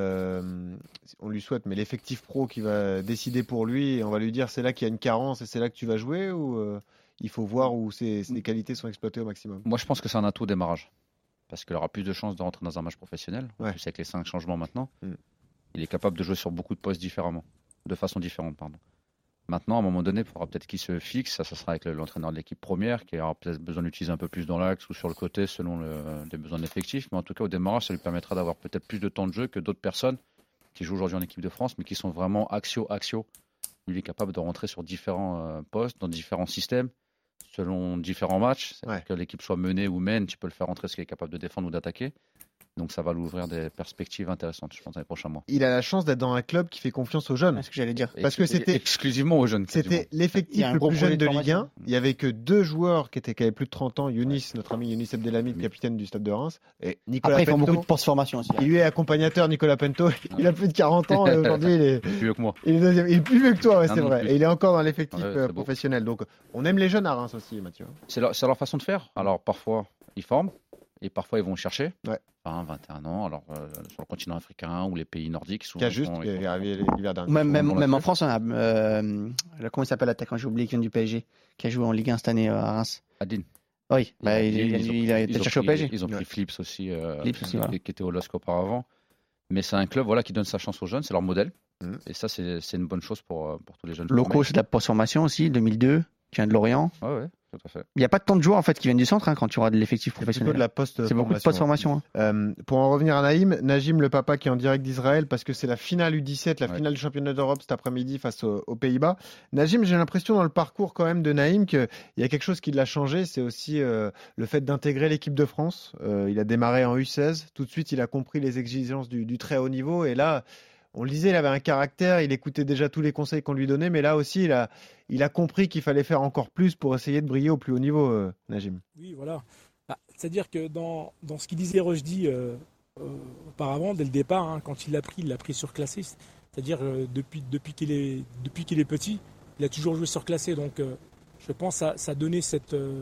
euh, on lui souhaite, mais l'effectif pro qui va décider pour lui et on va lui dire c'est là qu'il y a une carence et c'est là que tu vas jouer, ou euh, il faut voir où ses, ses qualités sont exploitées au maximum? Moi, je pense que c'est un atout au démarrage. Parce qu'il aura plus de chances de rentrer dans un match professionnel. Ouais. Tu sais, avec les cinq changements maintenant, Mm. il est capable de jouer sur beaucoup de postes différemment, de façon différente, pardon. Maintenant, à un moment donné, il faudra peut-être qu'il se fixe. Ça, ça sera avec le- l'entraîneur de l'équipe première, qui aura peut-être besoin d'utiliser un peu plus dans l'axe ou sur le côté, selon le, les besoins de l'effectif. Mais en tout cas, au démarrage, ça lui permettra d'avoir peut-être plus de temps de jeu que d'autres personnes qui jouent aujourd'hui en équipe de France, mais qui sont vraiment axio-axio. Lui, il est capable de rentrer sur différents euh, postes, dans différents systèmes, selon différents matchs. C'est-à-dire Ouais. que l'équipe soit menée ou mène, tu peux le faire rentrer, ce qui est capable de défendre ou d'attaquer. Donc, ça va lui ouvrir des perspectives intéressantes, je pense, dans les prochains mois. Il a la chance d'être dans un club qui fait confiance aux jeunes. C'est ce que j'allais dire. Parce que Et- c'était- exclusivement aux jeunes. quasiment. C'était Il y l'effectif a un le gros plus projet jeune de de Ligue un. formation. Il y avait que deux joueurs qui, étaient, qui avaient plus de trente ans. Younis, notre ami Younis Abdelhamid, capitaine du Stade de Reims. Et Nicolas Après, ils font Pento. beaucoup de post-formation aussi. Il lui est accompagnateur, Nicolas Pento. Il a plus de quarante ans et aujourd'hui il est, Il est plus vieux que moi. il est deuxième. Il est plus vieux que toi, ouais, Ah c'est non, vrai. plus. Et il est encore dans l'effectif Ouais, euh, c'est beau. professionnel. Donc on aime les jeunes à Reims aussi, Mathieu. C'est leur, c'est leur façon de faire. Alors parfois, ils forment et parfois, ils vont chercher. Ouais. Enfin, vingt et un ans, alors euh, sur le continent africain ou les pays nordiques. Souvent, Qui a ils juste, font- qui ils est font- arrivé l'hiver dernier. Même, même, Dans la même en tête. France, on a, euh, le- comment il s'appelle l'attaquant? J'ai oublié, qui vient du P S G, qui a joué en Ligue un cette année euh, à Reims. Adine. Oui, bah, il, il, Ils ont- il, il a ils été ont cherché au pris- P S G. Ils ont pris Ouais. Flips aussi, euh, Flips aussi, qui, voilà. qui était au L O S C auparavant. Mais c'est un club voilà, qui donne sa chance aux jeunes, c'est leur modèle. Mhm. Et ça, c'est c'est une bonne chose pour, euh, pour tous les jeunes. Locaux, c'est de la post-formation aussi, deux mille deux, qui vient de Lorient. Ouais, ouais, tout à fait. Il n'y a pas tant de joueurs en fait qui viennent du centre hein, quand tu auras de l'effectif C'est plutôt professionnel. de la post C'est beaucoup de post-formation. hein. Euh, pour en revenir à Naïm, Najim, le papa qui est en direct d'Israël, parce que c'est la finale U dix-sept, la Ouais. finale du championnat d'Europe cet après-midi face aux, aux Pays-Bas. Najim, j'ai l'impression dans le parcours quand même de Naïm qu'il y a quelque chose qui l'a changé, c'est aussi euh, le fait d'intégrer l'équipe de France. Euh, il a démarré en U seize, tout de suite il a compris les exigences du, du très haut niveau, et là, on le disait, il avait un caractère, il écoutait déjà tous les conseils qu'on lui donnait, mais là aussi, il a, il a compris qu'il fallait faire encore plus pour essayer de briller au plus haut niveau, euh, Najim. Oui, voilà. Bah, c'est-à-dire que dans, dans ce qu'il disait Rojdi euh, euh, auparavant, dès le départ, hein, quand il l'a pris, il l'a pris surclassé. C'est-à-dire euh, depuis, depuis qu'il est, depuis qu'il est petit, il a toujours joué surclassé. Donc euh, je pense que ça, ça donnait cette, euh,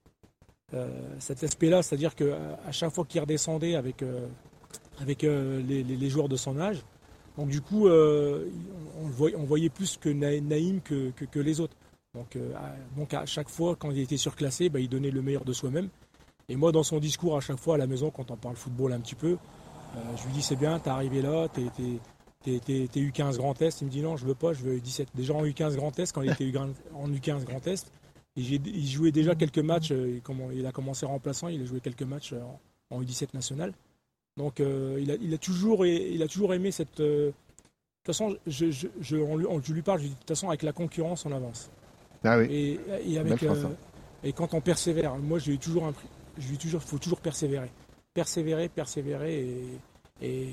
euh, cet aspect-là. C'est-à-dire qu'à à chaque fois qu'il redescendait avec, euh, avec euh, les, les- les joueurs de son âge, donc du coup, euh, on, le voyait, on voyait plus que Na- Naïm que, que, que les autres. Donc, euh, à, donc à chaque fois, quand il était surclassé, bah, il donnait le meilleur de soi-même. Et moi, dans son discours, à chaque fois à la maison, quand on parle football un petit peu, euh, je lui dis c'est bien, t'es arrivé là, t'es, t'es, t'es, t'es, t'es U quinze Grand Est. Il me dit non, je veux pas, je veux U dix-sept. Déjà en U quinze Grand Est, quand il était en U quinze Grand Est, et j'ai, il jouait déjà quelques matchs, euh, il comm- il a commencé remplaçant, il a joué quelques matchs euh, en, en U dix-sept national. Donc euh, il, a, il, a toujours, il a toujours aimé cette... euh, de toute façon, je, je, je, on lui, on- je lui parle, je lui dis, de toute façon, avec la concurrence, on avance. Ah oui. Et, et avec, Belle phrase, euh, hein. et quand on persévère, moi j'ai toujours un, je lui dis toujours, faut toujours persévérer, persévérer, persévérer, et, et,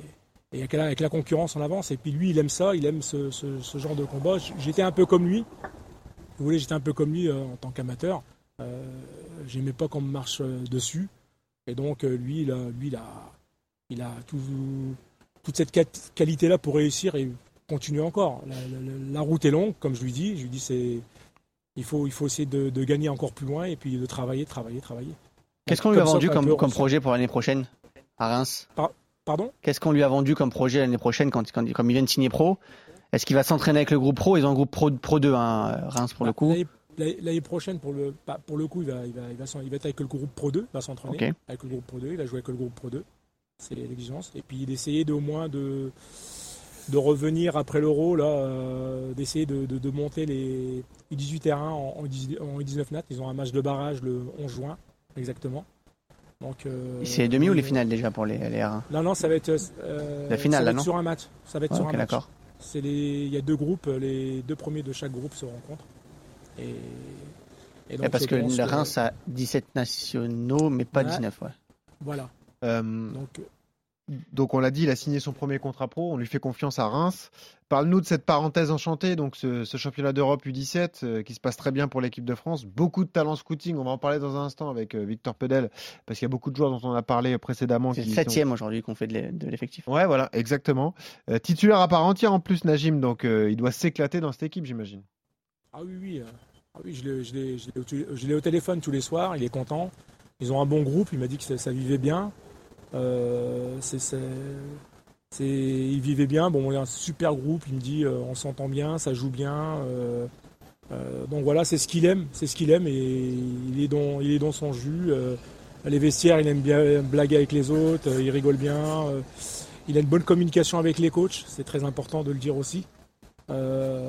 et avec, la, avec la concurrence on avance. Et puis lui, il aime ça, il aime ce, ce, ce genre de combat. J'étais un peu comme lui. Vous voulez, j'étais un peu comme lui euh, en tant qu'amateur. Euh, J'aimais pas qu'on me marche euh, dessus. Et donc euh, lui, il a, lui, il a, il a tout, toute cette quat- qualité-là pour réussir et continuer encore. La, la- la route est longue, comme je lui dis. Je lui dis c'est Il faut, il faut essayer de, de gagner encore plus loin et puis de travailler, travailler, travailler. Qu'est-ce Donc, qu'on lui a comme ça vendu qu'on comme, peut comme recevoir- projet pour l'année prochaine à Reims? Pardon? Qu'est-ce qu'on lui a vendu comme projet l'année prochaine quand, quand, comme il vient de signer pro? Est-ce qu'il va s'entraîner avec le groupe pro? Ils ont un groupe pro, pro deux, hein, Reims pour le coup. L'année- L'année l'année prochaine, pour le, bah, pour le coup, il va, il, va, il, va, s'en- il va être avec le groupe Pro deux, il va s'entraîner Ok. avec le groupe Pro deux, il va jouer avec le groupe Pro deux, c'est l'exigence. Et puis d'essayer de, au moins de, de revenir après l'Euro, là, euh, d'essayer de, de, de monter les U dix-huit R un en, en U dix-neuf Nat. Ils ont un match de barrage le onze juin, exactement. Donc, euh, C'est les demi ou les euh, finales déjà pour les, les R un? Non, non, ça va être, euh, La finale, ça va là, être non sur un match. Ça va être Ouais, sur ok, un match. d'accord. C'est les... Il y a deux groupes, les deux premiers de chaque groupe se rencontrent. Et, et Et parce je que pense le Reims a dix-sept nationaux, mais pas Ouais. dix-neuf. Ouais. Voilà. Euh, Donc, donc on l'a dit, il a signé son premier contrat pro, on lui fait confiance à Reims. Parle-nous de cette parenthèse enchantée, donc ce, ce championnat d'Europe U dix-sept euh, qui se passe très bien pour l'équipe de France. Beaucoup de talent scouting, on va en parler dans un instant avec euh, Victor Pedel, parce qu'il y a beaucoup de joueurs dont on a parlé précédemment. C'est qui le septième sont... aujourd'hui qu'on fait de, de l'effectif. Ouais, voilà, exactement. Euh, titulaire à part entière en plus, Najim, donc euh, il doit s'éclater dans cette équipe, j'imagine. Ah oui, oui. Euh... Ah oui, je l'ai, je, l'ai, je, l'ai, je l'ai au téléphone tous les soirs, il est content. Ils ont un bon groupe, il m'a dit que ça, ça vivait bien. Euh, c'est, c'est, c'est, il vivait bien, bon, on est un super groupe, il me dit euh, on s'entend bien, ça joue bien. Euh, euh, donc voilà, c'est ce qu'il aime, c'est ce qu'il aime et il est dans, il est dans son jus. Euh, les vestiaires, il aime bien blaguer avec les autres, euh, il rigole bien. Euh, il a une bonne communication avec les coachs, c'est très important de le dire aussi. Euh,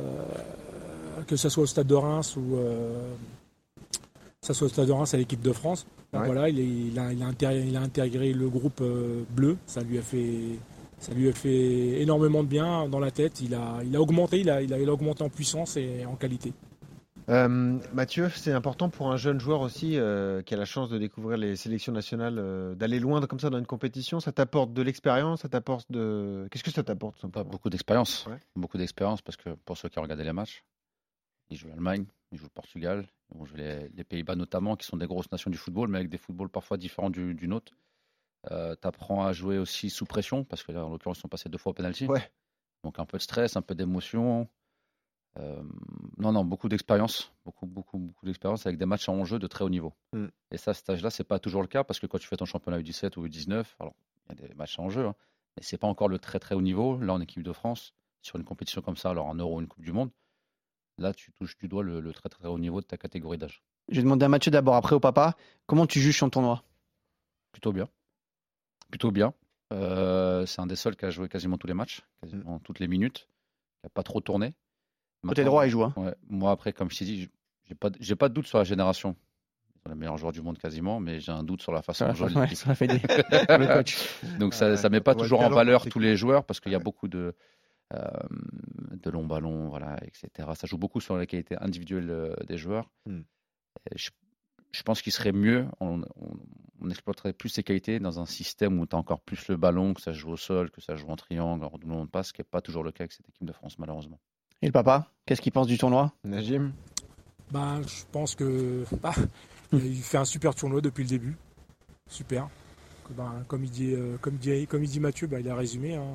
que ce soit au Stade de Reims ou euh, que ce soit au Stade de Reims à l'équipe de France. Donc ouais. Voilà, il, est, il, a, il, a intégré, il a intégré le groupe euh, bleu. Ça lui a fait, ça lui a fait énormément de bien dans la tête. Il a, il a augmenté, il a, il a, il a augmenté en puissance et en qualité. Euh, Mathieu, c'est important pour un jeune joueur aussi euh, qui a la chance de découvrir les sélections nationales, euh, d'aller loin comme ça dans une compétition. Ça t'apporte de l'expérience, ça t'apporte de. Qu'est-ce que ça t'apporte simplement ? Beaucoup d'expérience, ouais. beaucoup d'expérience parce que pour ceux qui ont regardé les matchs, ils jouent l'Allemagne, ils jouent le Portugal, ils jouent les, les Pays-Bas notamment, qui sont des grosses nations du football, mais avec des footballs parfois différents du, du nôtre. Euh, tu apprends à jouer aussi sous pression, parce que là, en l'occurrence, ils sont passés deux fois au penalty. Ouais. Donc un peu de stress, un peu d'émotion. Euh, non, non, beaucoup d'expérience, beaucoup, beaucoup, beaucoup d'expérience avec des matchs en jeu de très haut niveau. Mm. Et ça, à cet âge-là, c'est pas toujours le cas, parce que quand tu fais ton championnat U dix-sept ou U dix-neuf, alors il y a des matchs en jeu, hein, mais c'est pas encore le très très haut niveau. Là, en équipe de France, sur une compétition comme ça, alors un Euro ou une Coupe du Monde, là, tu touches du doigt le, le très très haut niveau de ta catégorie d'âge. Je vais demander à Mathieu d'abord, après au papa. Comment tu juges son tournoi ? Plutôt bien. Plutôt bien. Euh, c'est un des seuls qui a joué quasiment tous les matchs, quasiment toutes les minutes, qui n'a pas trop tourné. Côté droit, il joue. Hein. Ouais, moi, après, comme je t'ai dit, j'ai pas, j'ai pas de doute sur la génération. Ils sont les meilleurs joueurs du monde quasiment, mais j'ai un doute sur la façon de jouer ouais, l'équipe. Ça fait des... le coach. Donc ça ne met pas toujours en valeur tous les joueurs parce qu'il y a beaucoup de, euh, de longs ballons, voilà, et cetera. Ça joue beaucoup sur la qualité individuelle euh, des joueurs. Mm. Je, je pense qu'il serait mieux, on, on, on exploiterait plus ces qualités dans un système où tu as encore plus le ballon, que ça joue au sol, que ça joue en triangle, en redoublement de passe, ce qui n'est pas toujours le cas avec cette équipe de France, malheureusement. Et le papa, qu'est-ce qu'il pense du tournoi ? Najim ? Ben, je pense que bah, il fait un super tournoi depuis le début. Super. Ben, comme, il dit, euh, comme, dit, comme il dit Mathieu, ben, il a résumé. Hein,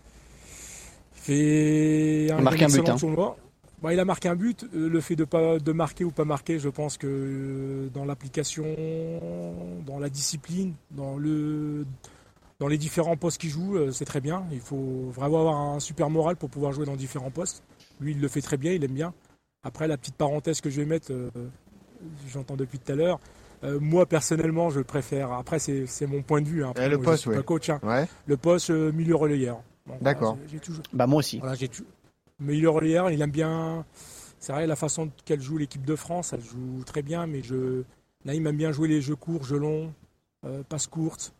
il fait un, il marque un but, hein. tournoi. Ben, il a marqué un but. Le fait de, pas, de marquer ou pas marquer, je pense que dans l'application, dans la discipline, dans, le, dans les différents postes qu'il joue, c'est très bien. Il faut vraiment avoir un super moral pour pouvoir jouer dans différents postes. Lui, il le fait très bien, il aime bien. Après, la petite parenthèse que je vais mettre, euh, j'entends depuis tout à l'heure, euh, moi, personnellement, je préfère, après, c'est, c'est mon point de vue, hein, après, le moi, poste, je suis ouais. pas coach, hein. Ouais. Le poste euh, milieu relayeur. Donc, d'accord. Voilà, j'ai, j'ai toujours... Bah, moi aussi. Voilà, j'ai tu... Milieu relayeur, il aime bien, c'est vrai, la façon qu'elle joue l'équipe de France, elle joue très bien, mais je... là, il aime bien jouer les jeux courts, jeux longs, euh, passes courtes.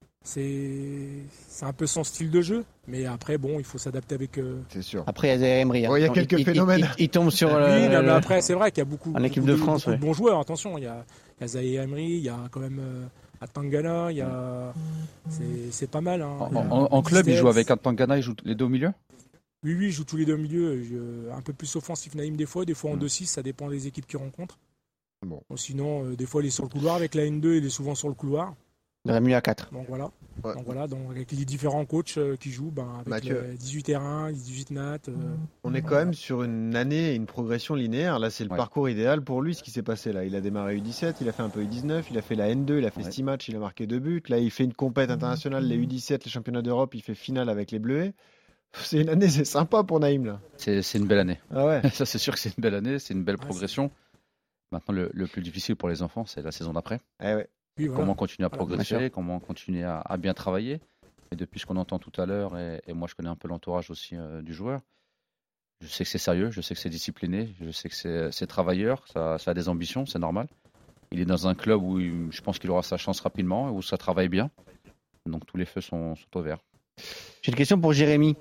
C'est... c'est un peu son style de jeu, mais après, bon, il faut s'adapter avec. Euh... C'est sûr. Après, il y a Zaïre Emery. Hein. Oh, il y a quelques il, phénomènes. Il, il, il tombe sur. Oui, euh, non, mais après, c'est vrai qu'il y a beaucoup, en équipe beaucoup de de, France, beaucoup ouais. de bons joueurs. Attention, il y a, il y a Zaïre Emery, il y a quand même euh, Atangana, il y a. C'est, c'est pas mal. Hein. En, en, en club, il joue avec Atangana, il joue les deux au milieu ? Oui, oui, il joue tous les deux au milieu. Je, un peu plus offensif, Naïm, des fois, des fois en mmh. deux six, ça dépend des équipes qu'il rencontre. Bon. Bon, sinon, euh, des fois, il est sur le couloir. Avec la N deux, il est souvent sur le couloir. Il aurait mieux à quatre. Donc voilà. Ouais. Donc voilà, donc avec les différents coachs euh, qui jouent, ben, avec Mathieu. les dix-huit terrains, dix-huit nat. Euh, On est quand même sur une année et une progression linéaire. Là, c'est le ouais. parcours idéal pour lui, ce qui s'est passé là. Il a démarré U dix-sept, il a fait un peu U dix-neuf, il a fait la N deux, il a fait ouais. six matchs, il a marqué deux buts. Là, il fait une compète internationale, les U dix-sept, les championnats d'Europe, il fait finale avec les Bleuets. C'est une année, c'est sympa pour Naïm là. C'est, c'est une belle année. Ah ouais. Ça, c'est sûr que c'est une belle année, c'est une belle ah, progression. C'est... Maintenant, le, le plus difficile pour les enfants, c'est la saison d'après. Eh ouais. Oui, voilà. Comment continuer à voilà, progresser, comment continuer à, à bien travailler. Et depuis ce qu'on entend tout à l'heure, et, et moi je connais un peu l'entourage aussi euh, du joueur, je sais que c'est sérieux, je sais que c'est discipliné, je sais que c'est, c'est travailleur, ça, ça a des ambitions, c'est normal. Il est dans un club où il, je pense qu'il aura sa chance rapidement, où ça travaille bien. Donc tous les feux sont, sont au vert. J'ai une question pour Jérémy.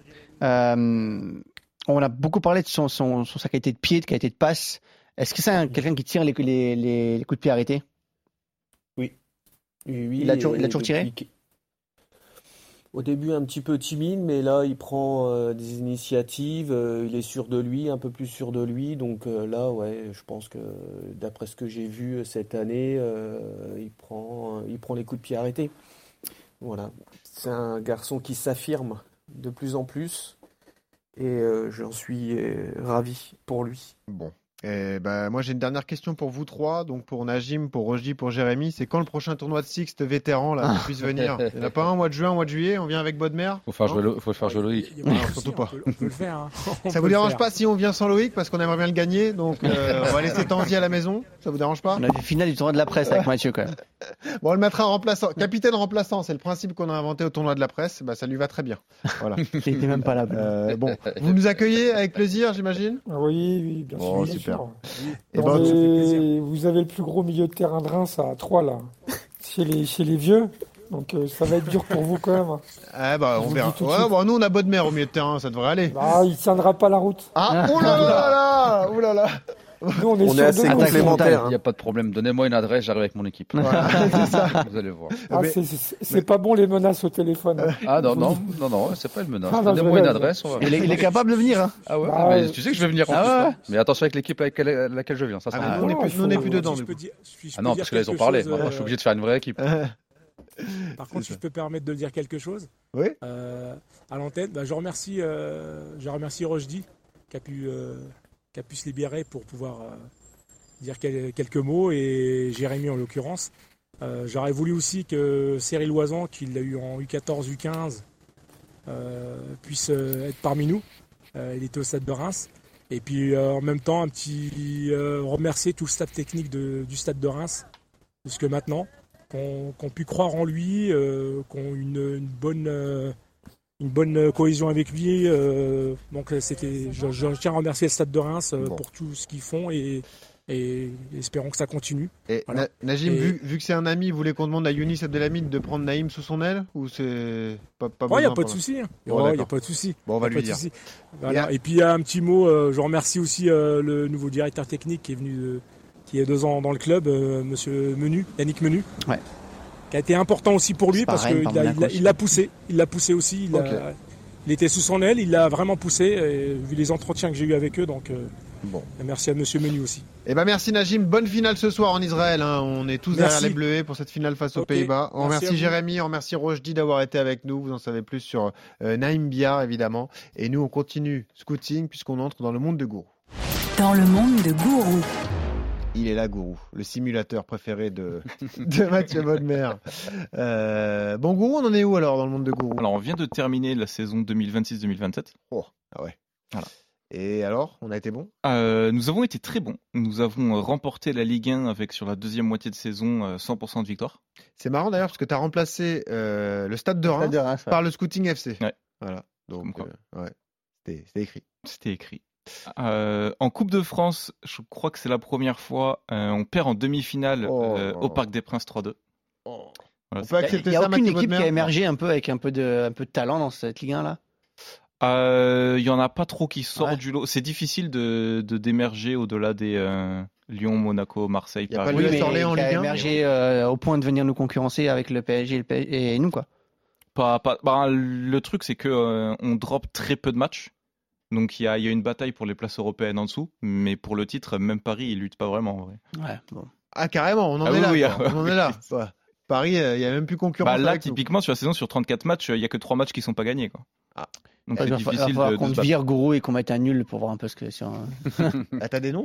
Euh, on a beaucoup parlé de son, son, son, sa qualité de pied, de qualité de passe. Est-ce que c'est un, quelqu'un qui tire les, les, les, les coups de pied arrêtés ? Oui. Oui, oui. Il a toujours, il a toujours tiré ? Au début, un petit peu timide, mais là, il prend euh, des initiatives. euh, il est sûr de lui, un peu plus sûr de lui. Donc euh, là, ouais, je pense que d'après ce que j'ai vu cette année, euh, il prend, il prend les coups de pied arrêtés. Voilà. C'est un garçon qui s'affirme de plus en plus. Et euh, j'en suis euh, ravi pour lui. Bon. Et ben, moi, j'ai une dernière question pour vous trois. Donc, pour Najim, pour Roger, pour Jérémy. C'est quand le prochain tournoi de Sixte vétéran là, qui puisse venir? Il n'y en a pas un au mois de juin, au mois de juillet? On vient avec Bodmer? Faut faire Non jouer, Lo- faut faire jouer Loïc. Il y a pas de Non, souci, surtout on pas. peut- On peut le faire. hein. On Ça peut vous le dérange faire. pas si on vient sans Loïc? Parce qu'on aimerait bien le gagner. Donc, euh, on va laisser Tanzi à la maison. Ça vous dérange pas? On a vu finale du tournoi de la presse avec Mathieu quand même. Bon, on le mettra en remplaçant. Capitaine remplaçant, c'est le principe qu'on a inventé au tournoi de la presse. Bah, ça lui va très bien. Voilà. Il était même pas là. Euh, bon, vous nous accueillez avec plaisir, j'imagine? Ah oui, oui, bien Bon, sûr. super. bien sûr. Et Non, ben, mais ça fait plaisir. vous avez le plus gros milieu de terrain de Reims à trois là, chez les, chez les vieux. Donc euh, ça va être dur pour vous quand même. ah, bah, Je on vous verra. dis tout de Ouais, suite. bon, nous, on a Bodmer au milieu de terrain. Ça devrait aller. Ah, il tiendra pas la route. Ah, oh là là là! Oh là là! Nous, on est, On est sûr assez de nous. complémentaires. Il n'y a pas de problème. Donnez-moi une adresse, j'arrive avec mon équipe. Voilà, c'est ça. Vous allez voir. Ah, Mais- c'est- c'est c'est pas bon les menaces au téléphone. hein. Ah non, non, non, non, c'est pas une menace. Ah, non, Donnez-moi je une vais- adresse. On va... Il est, il est capable de venir. Hein. Ah ouais, Ah mais ouais. tu sais que je vais venir en Ah plus. ouais. hein. Mais attention avec l'équipe avec laquelle, laquelle je viens. Ça, ça Ah, va. nous, on n'est plus, il nous, on n'est faut- plus si dedans, Si du je peux coup. dire- si je Ah peux non, dire parce que là, ils ont quelque parlé. chose, Maintenant, euh, je suis obligé de faire une vraie équipe. Par contre, si je peux permettre de dire quelque chose Oui? euh, à l'antenne, bah, je remercie, euh, je remercie Rochdi qui a pu, euh, qui a pu se libérer pour pouvoir euh, dire quel- quelques mots, et Jérémy en l'occurrence. Euh, J'aurais voulu aussi que Cyril Loisan, qui l'a eu en U quatorze, U quinze, euh, puisse euh, être parmi nous. Euh, il était au stade de Reims. Et puis euh, en même temps, un petit euh, remercier tout le staff technique de- du stade de Reims jusque maintenant, qu'on qu'on pu croire en lui, euh, qu'on une, une bonne euh, une bonne cohésion avec lui. euh, donc c'était, je, je tiens à remercier le stade de Reims euh, Bon. pour tout ce qu'ils font, et, et espérons que ça continue. Et Voilà. Na- Najim, Et- vu, vu que c'est un ami, vous voulez qu'on demande à Younis Abdelhamid de prendre Naïm sous son aile? Ou c'est pas, pas Il n'y besoin a pas de pour souci. Il Bon, n'y a d'accord. pas de souci. Bon, on va Y a lui pas de dire. souci. Voilà. Et Et puis il y a un petit mot, euh, je remercie aussi euh, le nouveau directeur technique qui est venu, de- qui est deux ans dans le club, euh, Monsieur Menu, Yannick Menu. Ouais. Qui a été important aussi pour lui C'est parce pareil, qu'il par l'a- il Monaco l'a aussi. il l'a poussé. Il l'a poussé aussi. Il, a- Ok. il était sous son aile, il l'a vraiment poussé, et vu les entretiens que j'ai eu avec eux. Donc euh, Bon. merci à Monsieur Menu aussi. Eh ben merci Najim, bonne finale ce soir en Israël. hein. On est tous derrière Merci. les Bleuets pour cette finale face aux Ok. Pays-Bas. On Merci à remercie vous. Jérémy, on remercie Rochdi d'avoir été avec nous. Vous en savez plus sur euh, Naïm Biar évidemment. Et nous on continue scouting puisqu'on entre dans le monde de Gourou. Dans le monde de Gourou. Il est là Gourou, le simulateur préféré de, de Mathieu Bodmer. Euh, bon Gourou, on en est où alors dans le monde de Gourou? Alors, on vient de terminer la saison deux mille vingt-six deux mille vingt-sept. Oh, ah ouais. Voilà. Et alors, on a été bon? Euh, nous avons été très bons. Nous avons euh, remporté la Ligue un avec, sur la deuxième moitié de saison, euh, cent pour cent de victoire. C'est marrant d'ailleurs parce que tu as remplacé euh, le Stade de Reims Stade de Reims, ouais. par le Scouting F C. Ouais. Voilà. Comme Donc, quoi. euh, ouais, c'était c'était écrit. C'était écrit. Euh, en Coupe de France, je crois que c'est la première fois, euh, on perd en demi-finale Oh. euh, au Parc des Princes trois deux. Voilà, On c'est- peut accepter Il n'y a ça, aucune Mathieu équipe qui Bodmer a émergé un peu avec un peu de, un peu de talent dans cette Ligue un là. Euh, Il y en a pas trop qui sortent Ouais. du lot. C'est difficile de de- d'émerger au-delà des euh, Lyon, Monaco, Marseille, Il y a Paris. pas Oui, l'U S mais Orléans en qui a Ligue un, émergé euh, au point de venir nous concurrencer avec le P S G et, le P S G et nous quoi. Pas, pas, bah, le truc, c'est que euh, on drop très peu de matchs. Donc il y a, il y a une bataille pour les places européennes en dessous, mais pour le titre, même Paris, il lutte pas vraiment en vrai. Ouais, bon. Ah, carrément, on en Ah est oui, là. oui, quoi. ah, on en est là. Ouais. Paris, euh, il n'y a même plus concurrence. Bah, là, avec nous. typiquement, sur la saison, sur trente-quatre matchs, il y a que trois matchs qui sont pas gagnés, quoi. Ah. Donc Il c'est va fa- va difficile falloir de, de qu'on se battre. vire Gourou et qu'on mette un nul pour voir un peu ce que c'est. un- Ah, t'as des noms?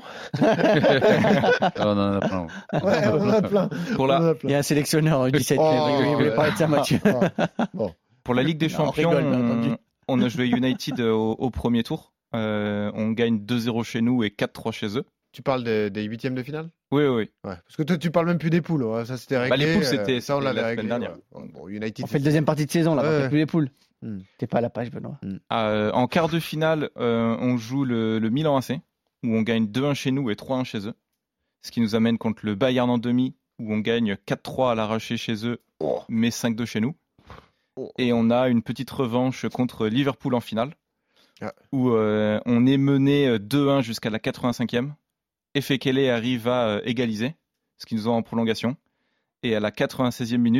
Ah, on en a plein. Ouais, on en a plein. Pour On en la, a plein. Il y a un sélectionneur au dix-sept. Oh, il voulait parler de ça, Mathieu. Bon. pour la Ligue des Non, on Champions, rigole, bien entendu. on, on a joué United au, au premier tour. Euh, on gagne deux zéro chez nous et quatre trois chez eux. Tu parles de- des huitièmes de finale? Oui, oui, oui. Ouais. Parce que toi, tu parles même plus des poules. ouais. Ça, c'était réglé. Bah, les poules, euh, c'était- ça, on c'était l'avait la réglé. semaine dernière. ouais. Bon, United. On fait le deuxième partie de saison là, Ouais, on ouais. fait plus les poules. Hmm. T'es pas à la page, Benoît. Euh, en quart de finale, euh, on joue le, le Milan A C, où on gagne deux un chez nous et trois un chez eux. Ce qui nous amène contre le Bayern en demi, où on gagne quatre trois à l'arraché chez eux, Oh. mais cinq deux chez nous. Oh. Et on a une petite revanche contre Liverpool en finale, Ah. où euh, on est mené deux un jusqu'à la quatre-vingt-cinquième. Efekele arrive à euh, égaliser, ce qui nous a en prolongation. Et à la quatre-vingt-seizième minute,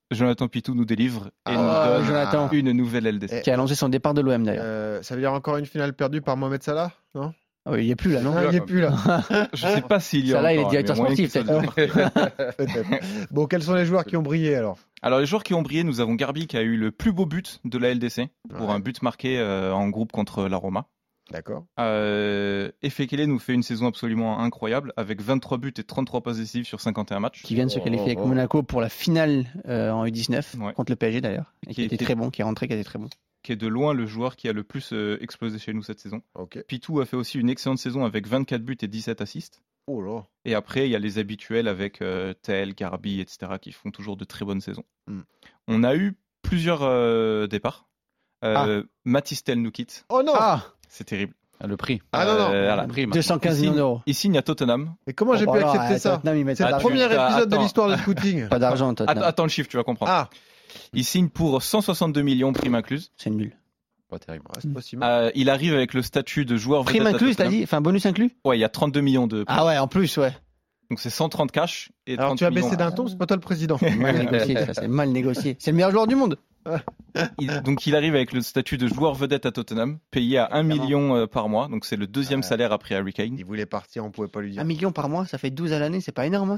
Jonathan Pitou nous délivre et Ah, nous donne Jonathan. une nouvelle L D C. Qui a annoncé son départ de l'O M d'ailleurs. Euh, ça veut dire encore une finale perdue par Mohamed Salah, non? Ah oui, il n'y est plus là, non Ah, il n'y est plus là. Je sais pas s'il y a Ça là, il est encore, directeur mais au moins sportif, qu'il soit peut-être. Peut-être. Bon, quels sont les joueurs qui ont brillé alors? Alors les joueurs qui ont brillé, nous avons Garbi qui a eu le plus beau but de la L D C pour Ouais. un but marqué euh, en groupe contre la Roma. D'accord. Euh, Efekele nous fait une saison absolument incroyable avec vingt-trois buts et trente-trois passes décisives sur cinquante et un matchs. Qui vient de se Oh, qualifier oh, avec oh. Monaco pour la finale euh, en U dix-neuf Ouais. contre le P S G d'ailleurs. Et Qui qui était était- très bon, qui est rentré, qui a été très bon. Qui est de loin le joueur qui a le plus euh, explosé chez nous cette saison. Ok. Pitou a fait aussi une excellente saison avec vingt-quatre buts et dix-sept assists. Oh là. Et après, il y a les habituels avec euh, Tel, Garbi, et cetera qui font toujours de très bonnes saisons. Mm. On a eu plusieurs euh, départs. Euh, Mathys Tel nous quitte. Oh non. Ah, C'est terrible. Ah, le prix. Ah, non, non. Euh, voilà. Le prix, deux cent quinze Il millions signe- d'euros. Il signe à Tottenham. Mais comment j'ai Oh, pu alors, accepter à ça? Tottenham, ils mettent C'est pas le d'argent. premier Attends, épisode de attends. l'histoire de scouting. Pas d'argent, Tottenham. Attends, attends le chiffre, tu vas comprendre. Ah, Il signe pour cent soixante-deux millions, prime incluse. C'est nul. Pas terrible. ah, c'est pas si mal. Euh, il arrive avec le statut de joueur Prime vedette à incluse, t'as Tottenham. dit? Enfin, bonus inclus? Ouais, il y a trente-deux millions de primes. Ah ouais, en plus, ouais. Donc c'est cent trente cash et Alors trente tu as millions. baissé d'un ton, c'est pas toi le président. Mal négocié, ça, c'est mal négocié. C'est le meilleur joueur du monde. Il- donc il arrive avec le statut de joueur vedette à Tottenham, payé à un million euh, par mois. Donc c'est le deuxième Ouais. salaire après Harry Kane. Il voulait partir, on pouvait pas lui dire. Un million par mois, ça fait douze à l'année, c'est pas énorme. Hein.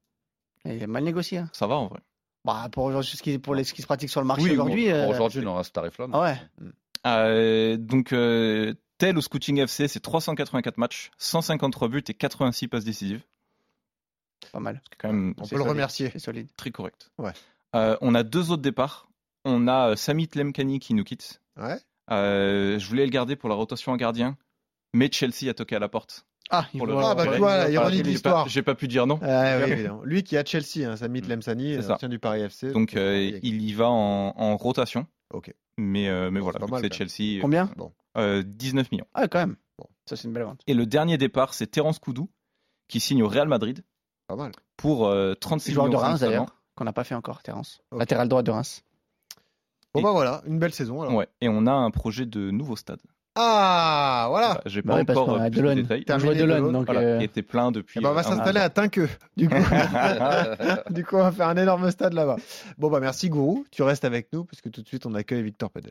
Il est mal négocié. Hein. Ça va en vrai. Bah, pour aujourd'hui, ce qui, pour les, ce qui se pratique sur le marché Oui, aujourd'hui. pour euh, aujourd'hui, on aura ce tarif-là. ah ouais. Euh, donc euh, tel au Scouting F C, c'est trois cent quatre-vingt-quatre matchs, cent cinquante-trois buts et quatre-vingt-six passes décisives. Pas mal. C'est quand même On C'est peut le solide, remercier. C'est solide. très correct. Ouais. Euh, on a deux autres départs. On a euh, Samit Lemkani qui nous quitte. Ouais. Euh, je voulais le garder pour la rotation en gardien, mais Chelsea a toqué à la porte. Ah, il Pour faut- le- Ah, bah, pour tu le- vois, la Enfin, ironie j'ai de pas- l'histoire. J'ai pas pu dire non. Ah oui, évidemment. Lui qui est à Chelsea, hein, Samit Lemsani, C'est ça. ancien du Paris F C. Donc euh, il il y va en, en rotation. Ok. Mais, euh, mais Bon, voilà, c'est pas donc mal, c'est quand même. Chelsea. Combien? Euh, dix-neuf millions. Ah, quand même. Bon. Ça, c'est une belle vente. Et le dernier départ, c'est Terence Koudou, qui signe au Real Madrid Pas mal. pour euh, trente-six Joueur millions de Reims seulement. d'ailleurs, qu'on n'a pas fait encore, Terence. Ok. Latéral droit de Reims. Bon Et- bah voilà, une belle saison alors. Ouais. Et on a un projet de nouveau stade. Ah, voilà. Voilà, J'ai Bah pas oui, parce encore qu'on euh, a plus de Delon. détails. On Terminé jouait Delon, Delon, donc. Voilà, euh, qui était plein depuis. Eh ben, on va euh, un s'installer an. à Tinqueux. Du coup, du coup, on va faire un énorme stade là-bas. Bon bah merci Gourou, tu restes avec nous parce que tout de suite on accueille Victor Pedel.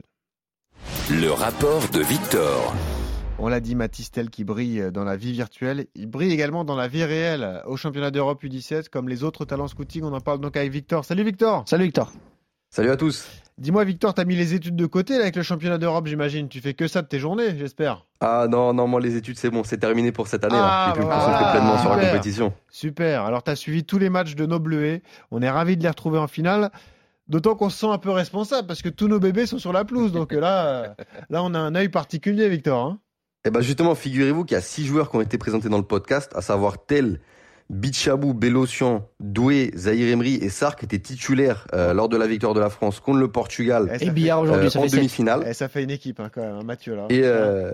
Le rapport de Victor. On l'a dit, Mathys Tel qui brille dans la vie virtuelle, il brille également dans la vie réelle au championnat d'Europe U dix-sept comme les autres talents scouting. On en parle donc avec Victor. Salut Victor. Salut Victor. Salut à tous. Dis-moi Victor, t'as mis les études de côté là, avec le championnat d'Europe, j'imagine. Tu fais que ça de tes journées, j'espère. Ah non, non, moi les études c'est bon, c'est terminé pour cette année. Ah, là. J'ai pu me bah concentrer voilà, pleinement sur la super. compétition. Super. Alors, tu as suivi tous les matchs de nos Bleuets. On est ravis de les retrouver en finale. D'autant qu'on se sent un peu responsable parce que tous nos bébés sont sur la pelouse. Donc là, euh, là on a un œil particulier, Victor. Hein. Et ben justement, figurez-vous qu'il y a six joueurs qui ont été présentés dans le podcast, à savoir Tel, Bichabou, Bélocian, Doué, Zahir Emery et Sarr qui étaient titulaires euh, lors de la victoire de la France contre le Portugal Eh, ça Et fait- Billard aujourd'hui, euh, ça en fait sept. demi-finale. eh, ça fait une équipe hein, quand même, hein, Mathieu. Là. Et euh,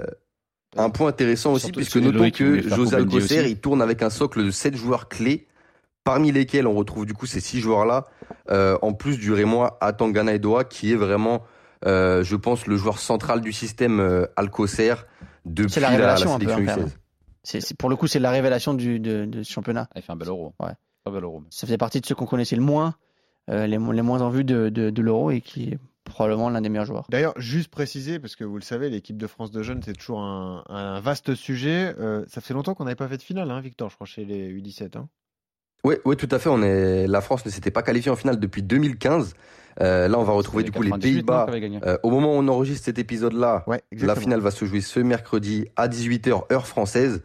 un point intéressant aussi, Surtout puisque si notons Loïc qui que voulait faire José Kobendi Alcocer, aussi. il tourne avec un socle de sept joueurs clés, parmi lesquels on retrouve du coup ces six joueurs-là, euh, en plus du Rémois Atangana Edoa, qui est vraiment, euh, je pense, le joueur central du système euh, Alcocer depuis C'est la la, la révélation un peu, sélection hein, quand U même. seize. C'est, c'est- pour le coup, c'est la révélation du, de, de ce championnat. Ah, il fait un bel euro. Ouais. Très bel euro. Ça faisait partie de ceux qu'on connaissait le moins, euh, les, mo- les moins en vue de, de, de l'Euro et qui est probablement l'un des meilleurs joueurs. D'ailleurs, juste préciser, parce que vous le savez, l'équipe de France de jeunes, c'est toujours un, un vaste sujet. Euh, ça fait longtemps qu'on n'avait pas fait de finale, hein, Victor, je crois, chez les U dix-sept. Hein. Oui, ouais, tout à fait. On est... La France ne s'était pas qualifiée en finale depuis deux mille quinze. Euh, là, on va retrouver du coup les quatre-vingt-dix-huit, non, Pays-Bas. qui avait gagné. Euh, au moment où on enregistre cet épisode-là, Ouais, la exactement. finale va se jouer ce mercredi à dix-huit heures heure française,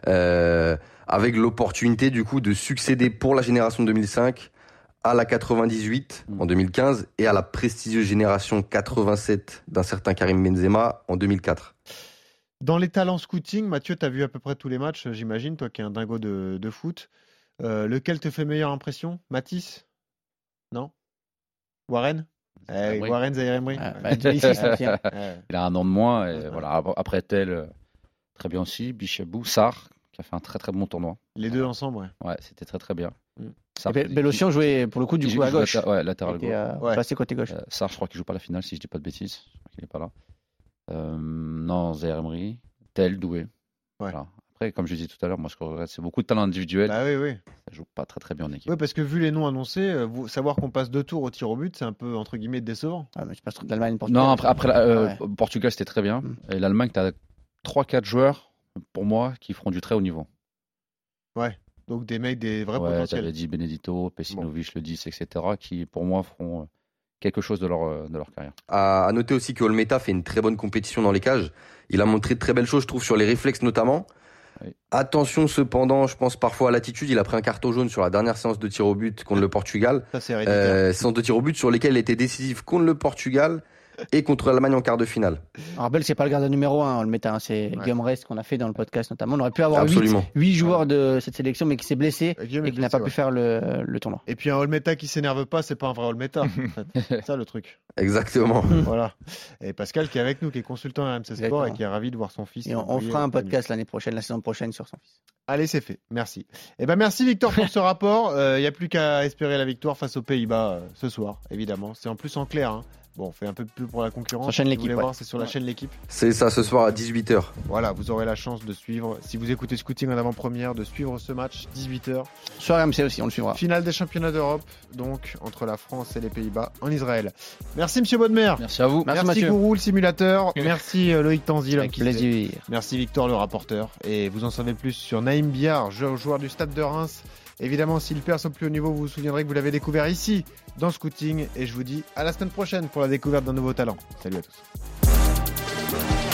euh, avec l'opportunité du coup de succéder pour la génération deux mille cinq à la quatre-vingt-dix-huit Mm. en deux mille quinze et à la prestigieuse génération quatre-vingt-sept d'un certain Karim Benzema en deux mille quatre. Dans les talents scouting, Mathieu, tu as vu à peu près tous les matchs, j'imagine, toi qui es un dingo de, de foot. Euh, lequel te fait meilleure impression? Mathys? Non? Warren? Eh oui, Emery. Warren, Zahir Emery. Ah, bah, ici, ça tient. Ouais. Il a un an de moins. Et Ouais. voilà. Ap- Après tel, euh, très bien aussi. Bichabou, Sarr, qui a fait un très très bon tournoi. Les deux ensemble, ouais. Ouais, c'était très très bien. Mm. Sarr, Et Bé- Bélocian jouait pour le coup du qui- coup à qui joue gauche. latéral- Ouais, Il latéral était gauche. euh, Ouais. placé côté gauche. Euh, Sarr, je crois qu'il joue pas la finale si je dis pas de bêtises. Je crois qu'il est pas là. Euh, non, Zahir Emery, Tel, Doué. Voilà. Après, comme je disais tout à l'heure, moi, ce que je regrette, c'est beaucoup de talent individuel. Bah oui, oui. Ça joue pas très très bien en équipe. Oui, parce que vu les noms annoncés, euh, vous, savoir qu'on passe deux tours au tir au but, c'est un peu entre guillemets décevant. Ah, mais je passe de l'Allemagne, Portugal. Non, après, après euh, Ouais. Portugal, c'était très bien. Mm. Et l'Allemagne, tu as trois quatre joueurs, pour moi, qui feront du très haut niveau. Donc des mecs, des vrais Ouais, potentiels. t'avais dit Benedito, Pesinovic, le dix, et cetera, qui, pour moi, feront euh, quelque chose de leur, euh, de leur carrière. À, à noter aussi que Olmeta fait une très bonne compétition dans les cages. Il a montré de très belles choses, je trouve, sur les réflexes notamment. Oui. Attention cependant, je pense parfois à l'attitude. Il a pris un carton jaune sur la dernière séance de tir au but contre le Portugal. Ça, c'est héréditaire. Euh, séance de tir au but sur lesquelles il était décisif contre le Portugal et contre l'Allemagne en quart de finale. On rappelle, c'est pas le gardien numéro un, on le met, hein, c'est Ouais. Guillaume Rest qu'on a fait dans le podcast notamment. On aurait pu avoir Absolument. huit joueurs de cette sélection, mais qui s'est blessé Euh, Guillaume est et qui n'a blessé, pas ouais. pu faire le, le tournoi. Et puis un Olmeta qui s'énerve pas, c'est pas un vrai Olmeta. en fait. C'est ça le truc. Exactement. Voilà. Et Pascal qui est avec nous, qui est consultant à R M C Sport Exactement. et qui est ravi de voir son fils. Et on, on briller fera un au premier. podcast l'année prochaine, la saison prochaine sur son fils. Allez, c'est fait. Merci. Et ben merci Victor pour ce rapport. Il n'y a plus qu'à espérer la victoire face aux Pays-Bas euh, ce soir, évidemment. C'est en plus en clair. Hein. Bon, on fait un peu plus pour la concurrence. Sur chaîne Si vous L'équipe, voulez ouais. voir, c'est sur la Ouais. chaîne L'équipe. C'est ça ce soir à dix-huit heures. Voilà, vous aurez la chance de suivre. Si vous écoutez Scouting en avant-première, de suivre ce match dix-huit heures. Sur R M C aussi, on le suivra. Finale des championnats d'Europe, donc entre la France et les Pays-Bas en Israël. Merci Monsieur Bodmer. Merci à vous. Merci, Merci Mathieu. Gourou le simulateur. Merci euh, Loïc Tanzi, l'homme Avec qui sait. plaisir. Merci Victor le rapporteur. Et vous en savez plus sur Naïm Biard, joueur, joueur du Stade de Reims. Évidemment, s'il perce au plus haut niveau, vous vous souviendrez que vous l'avez découvert ici, dans Scouting. Et je vous dis à la semaine prochaine pour la découverte d'un nouveau talent. Salut à tous.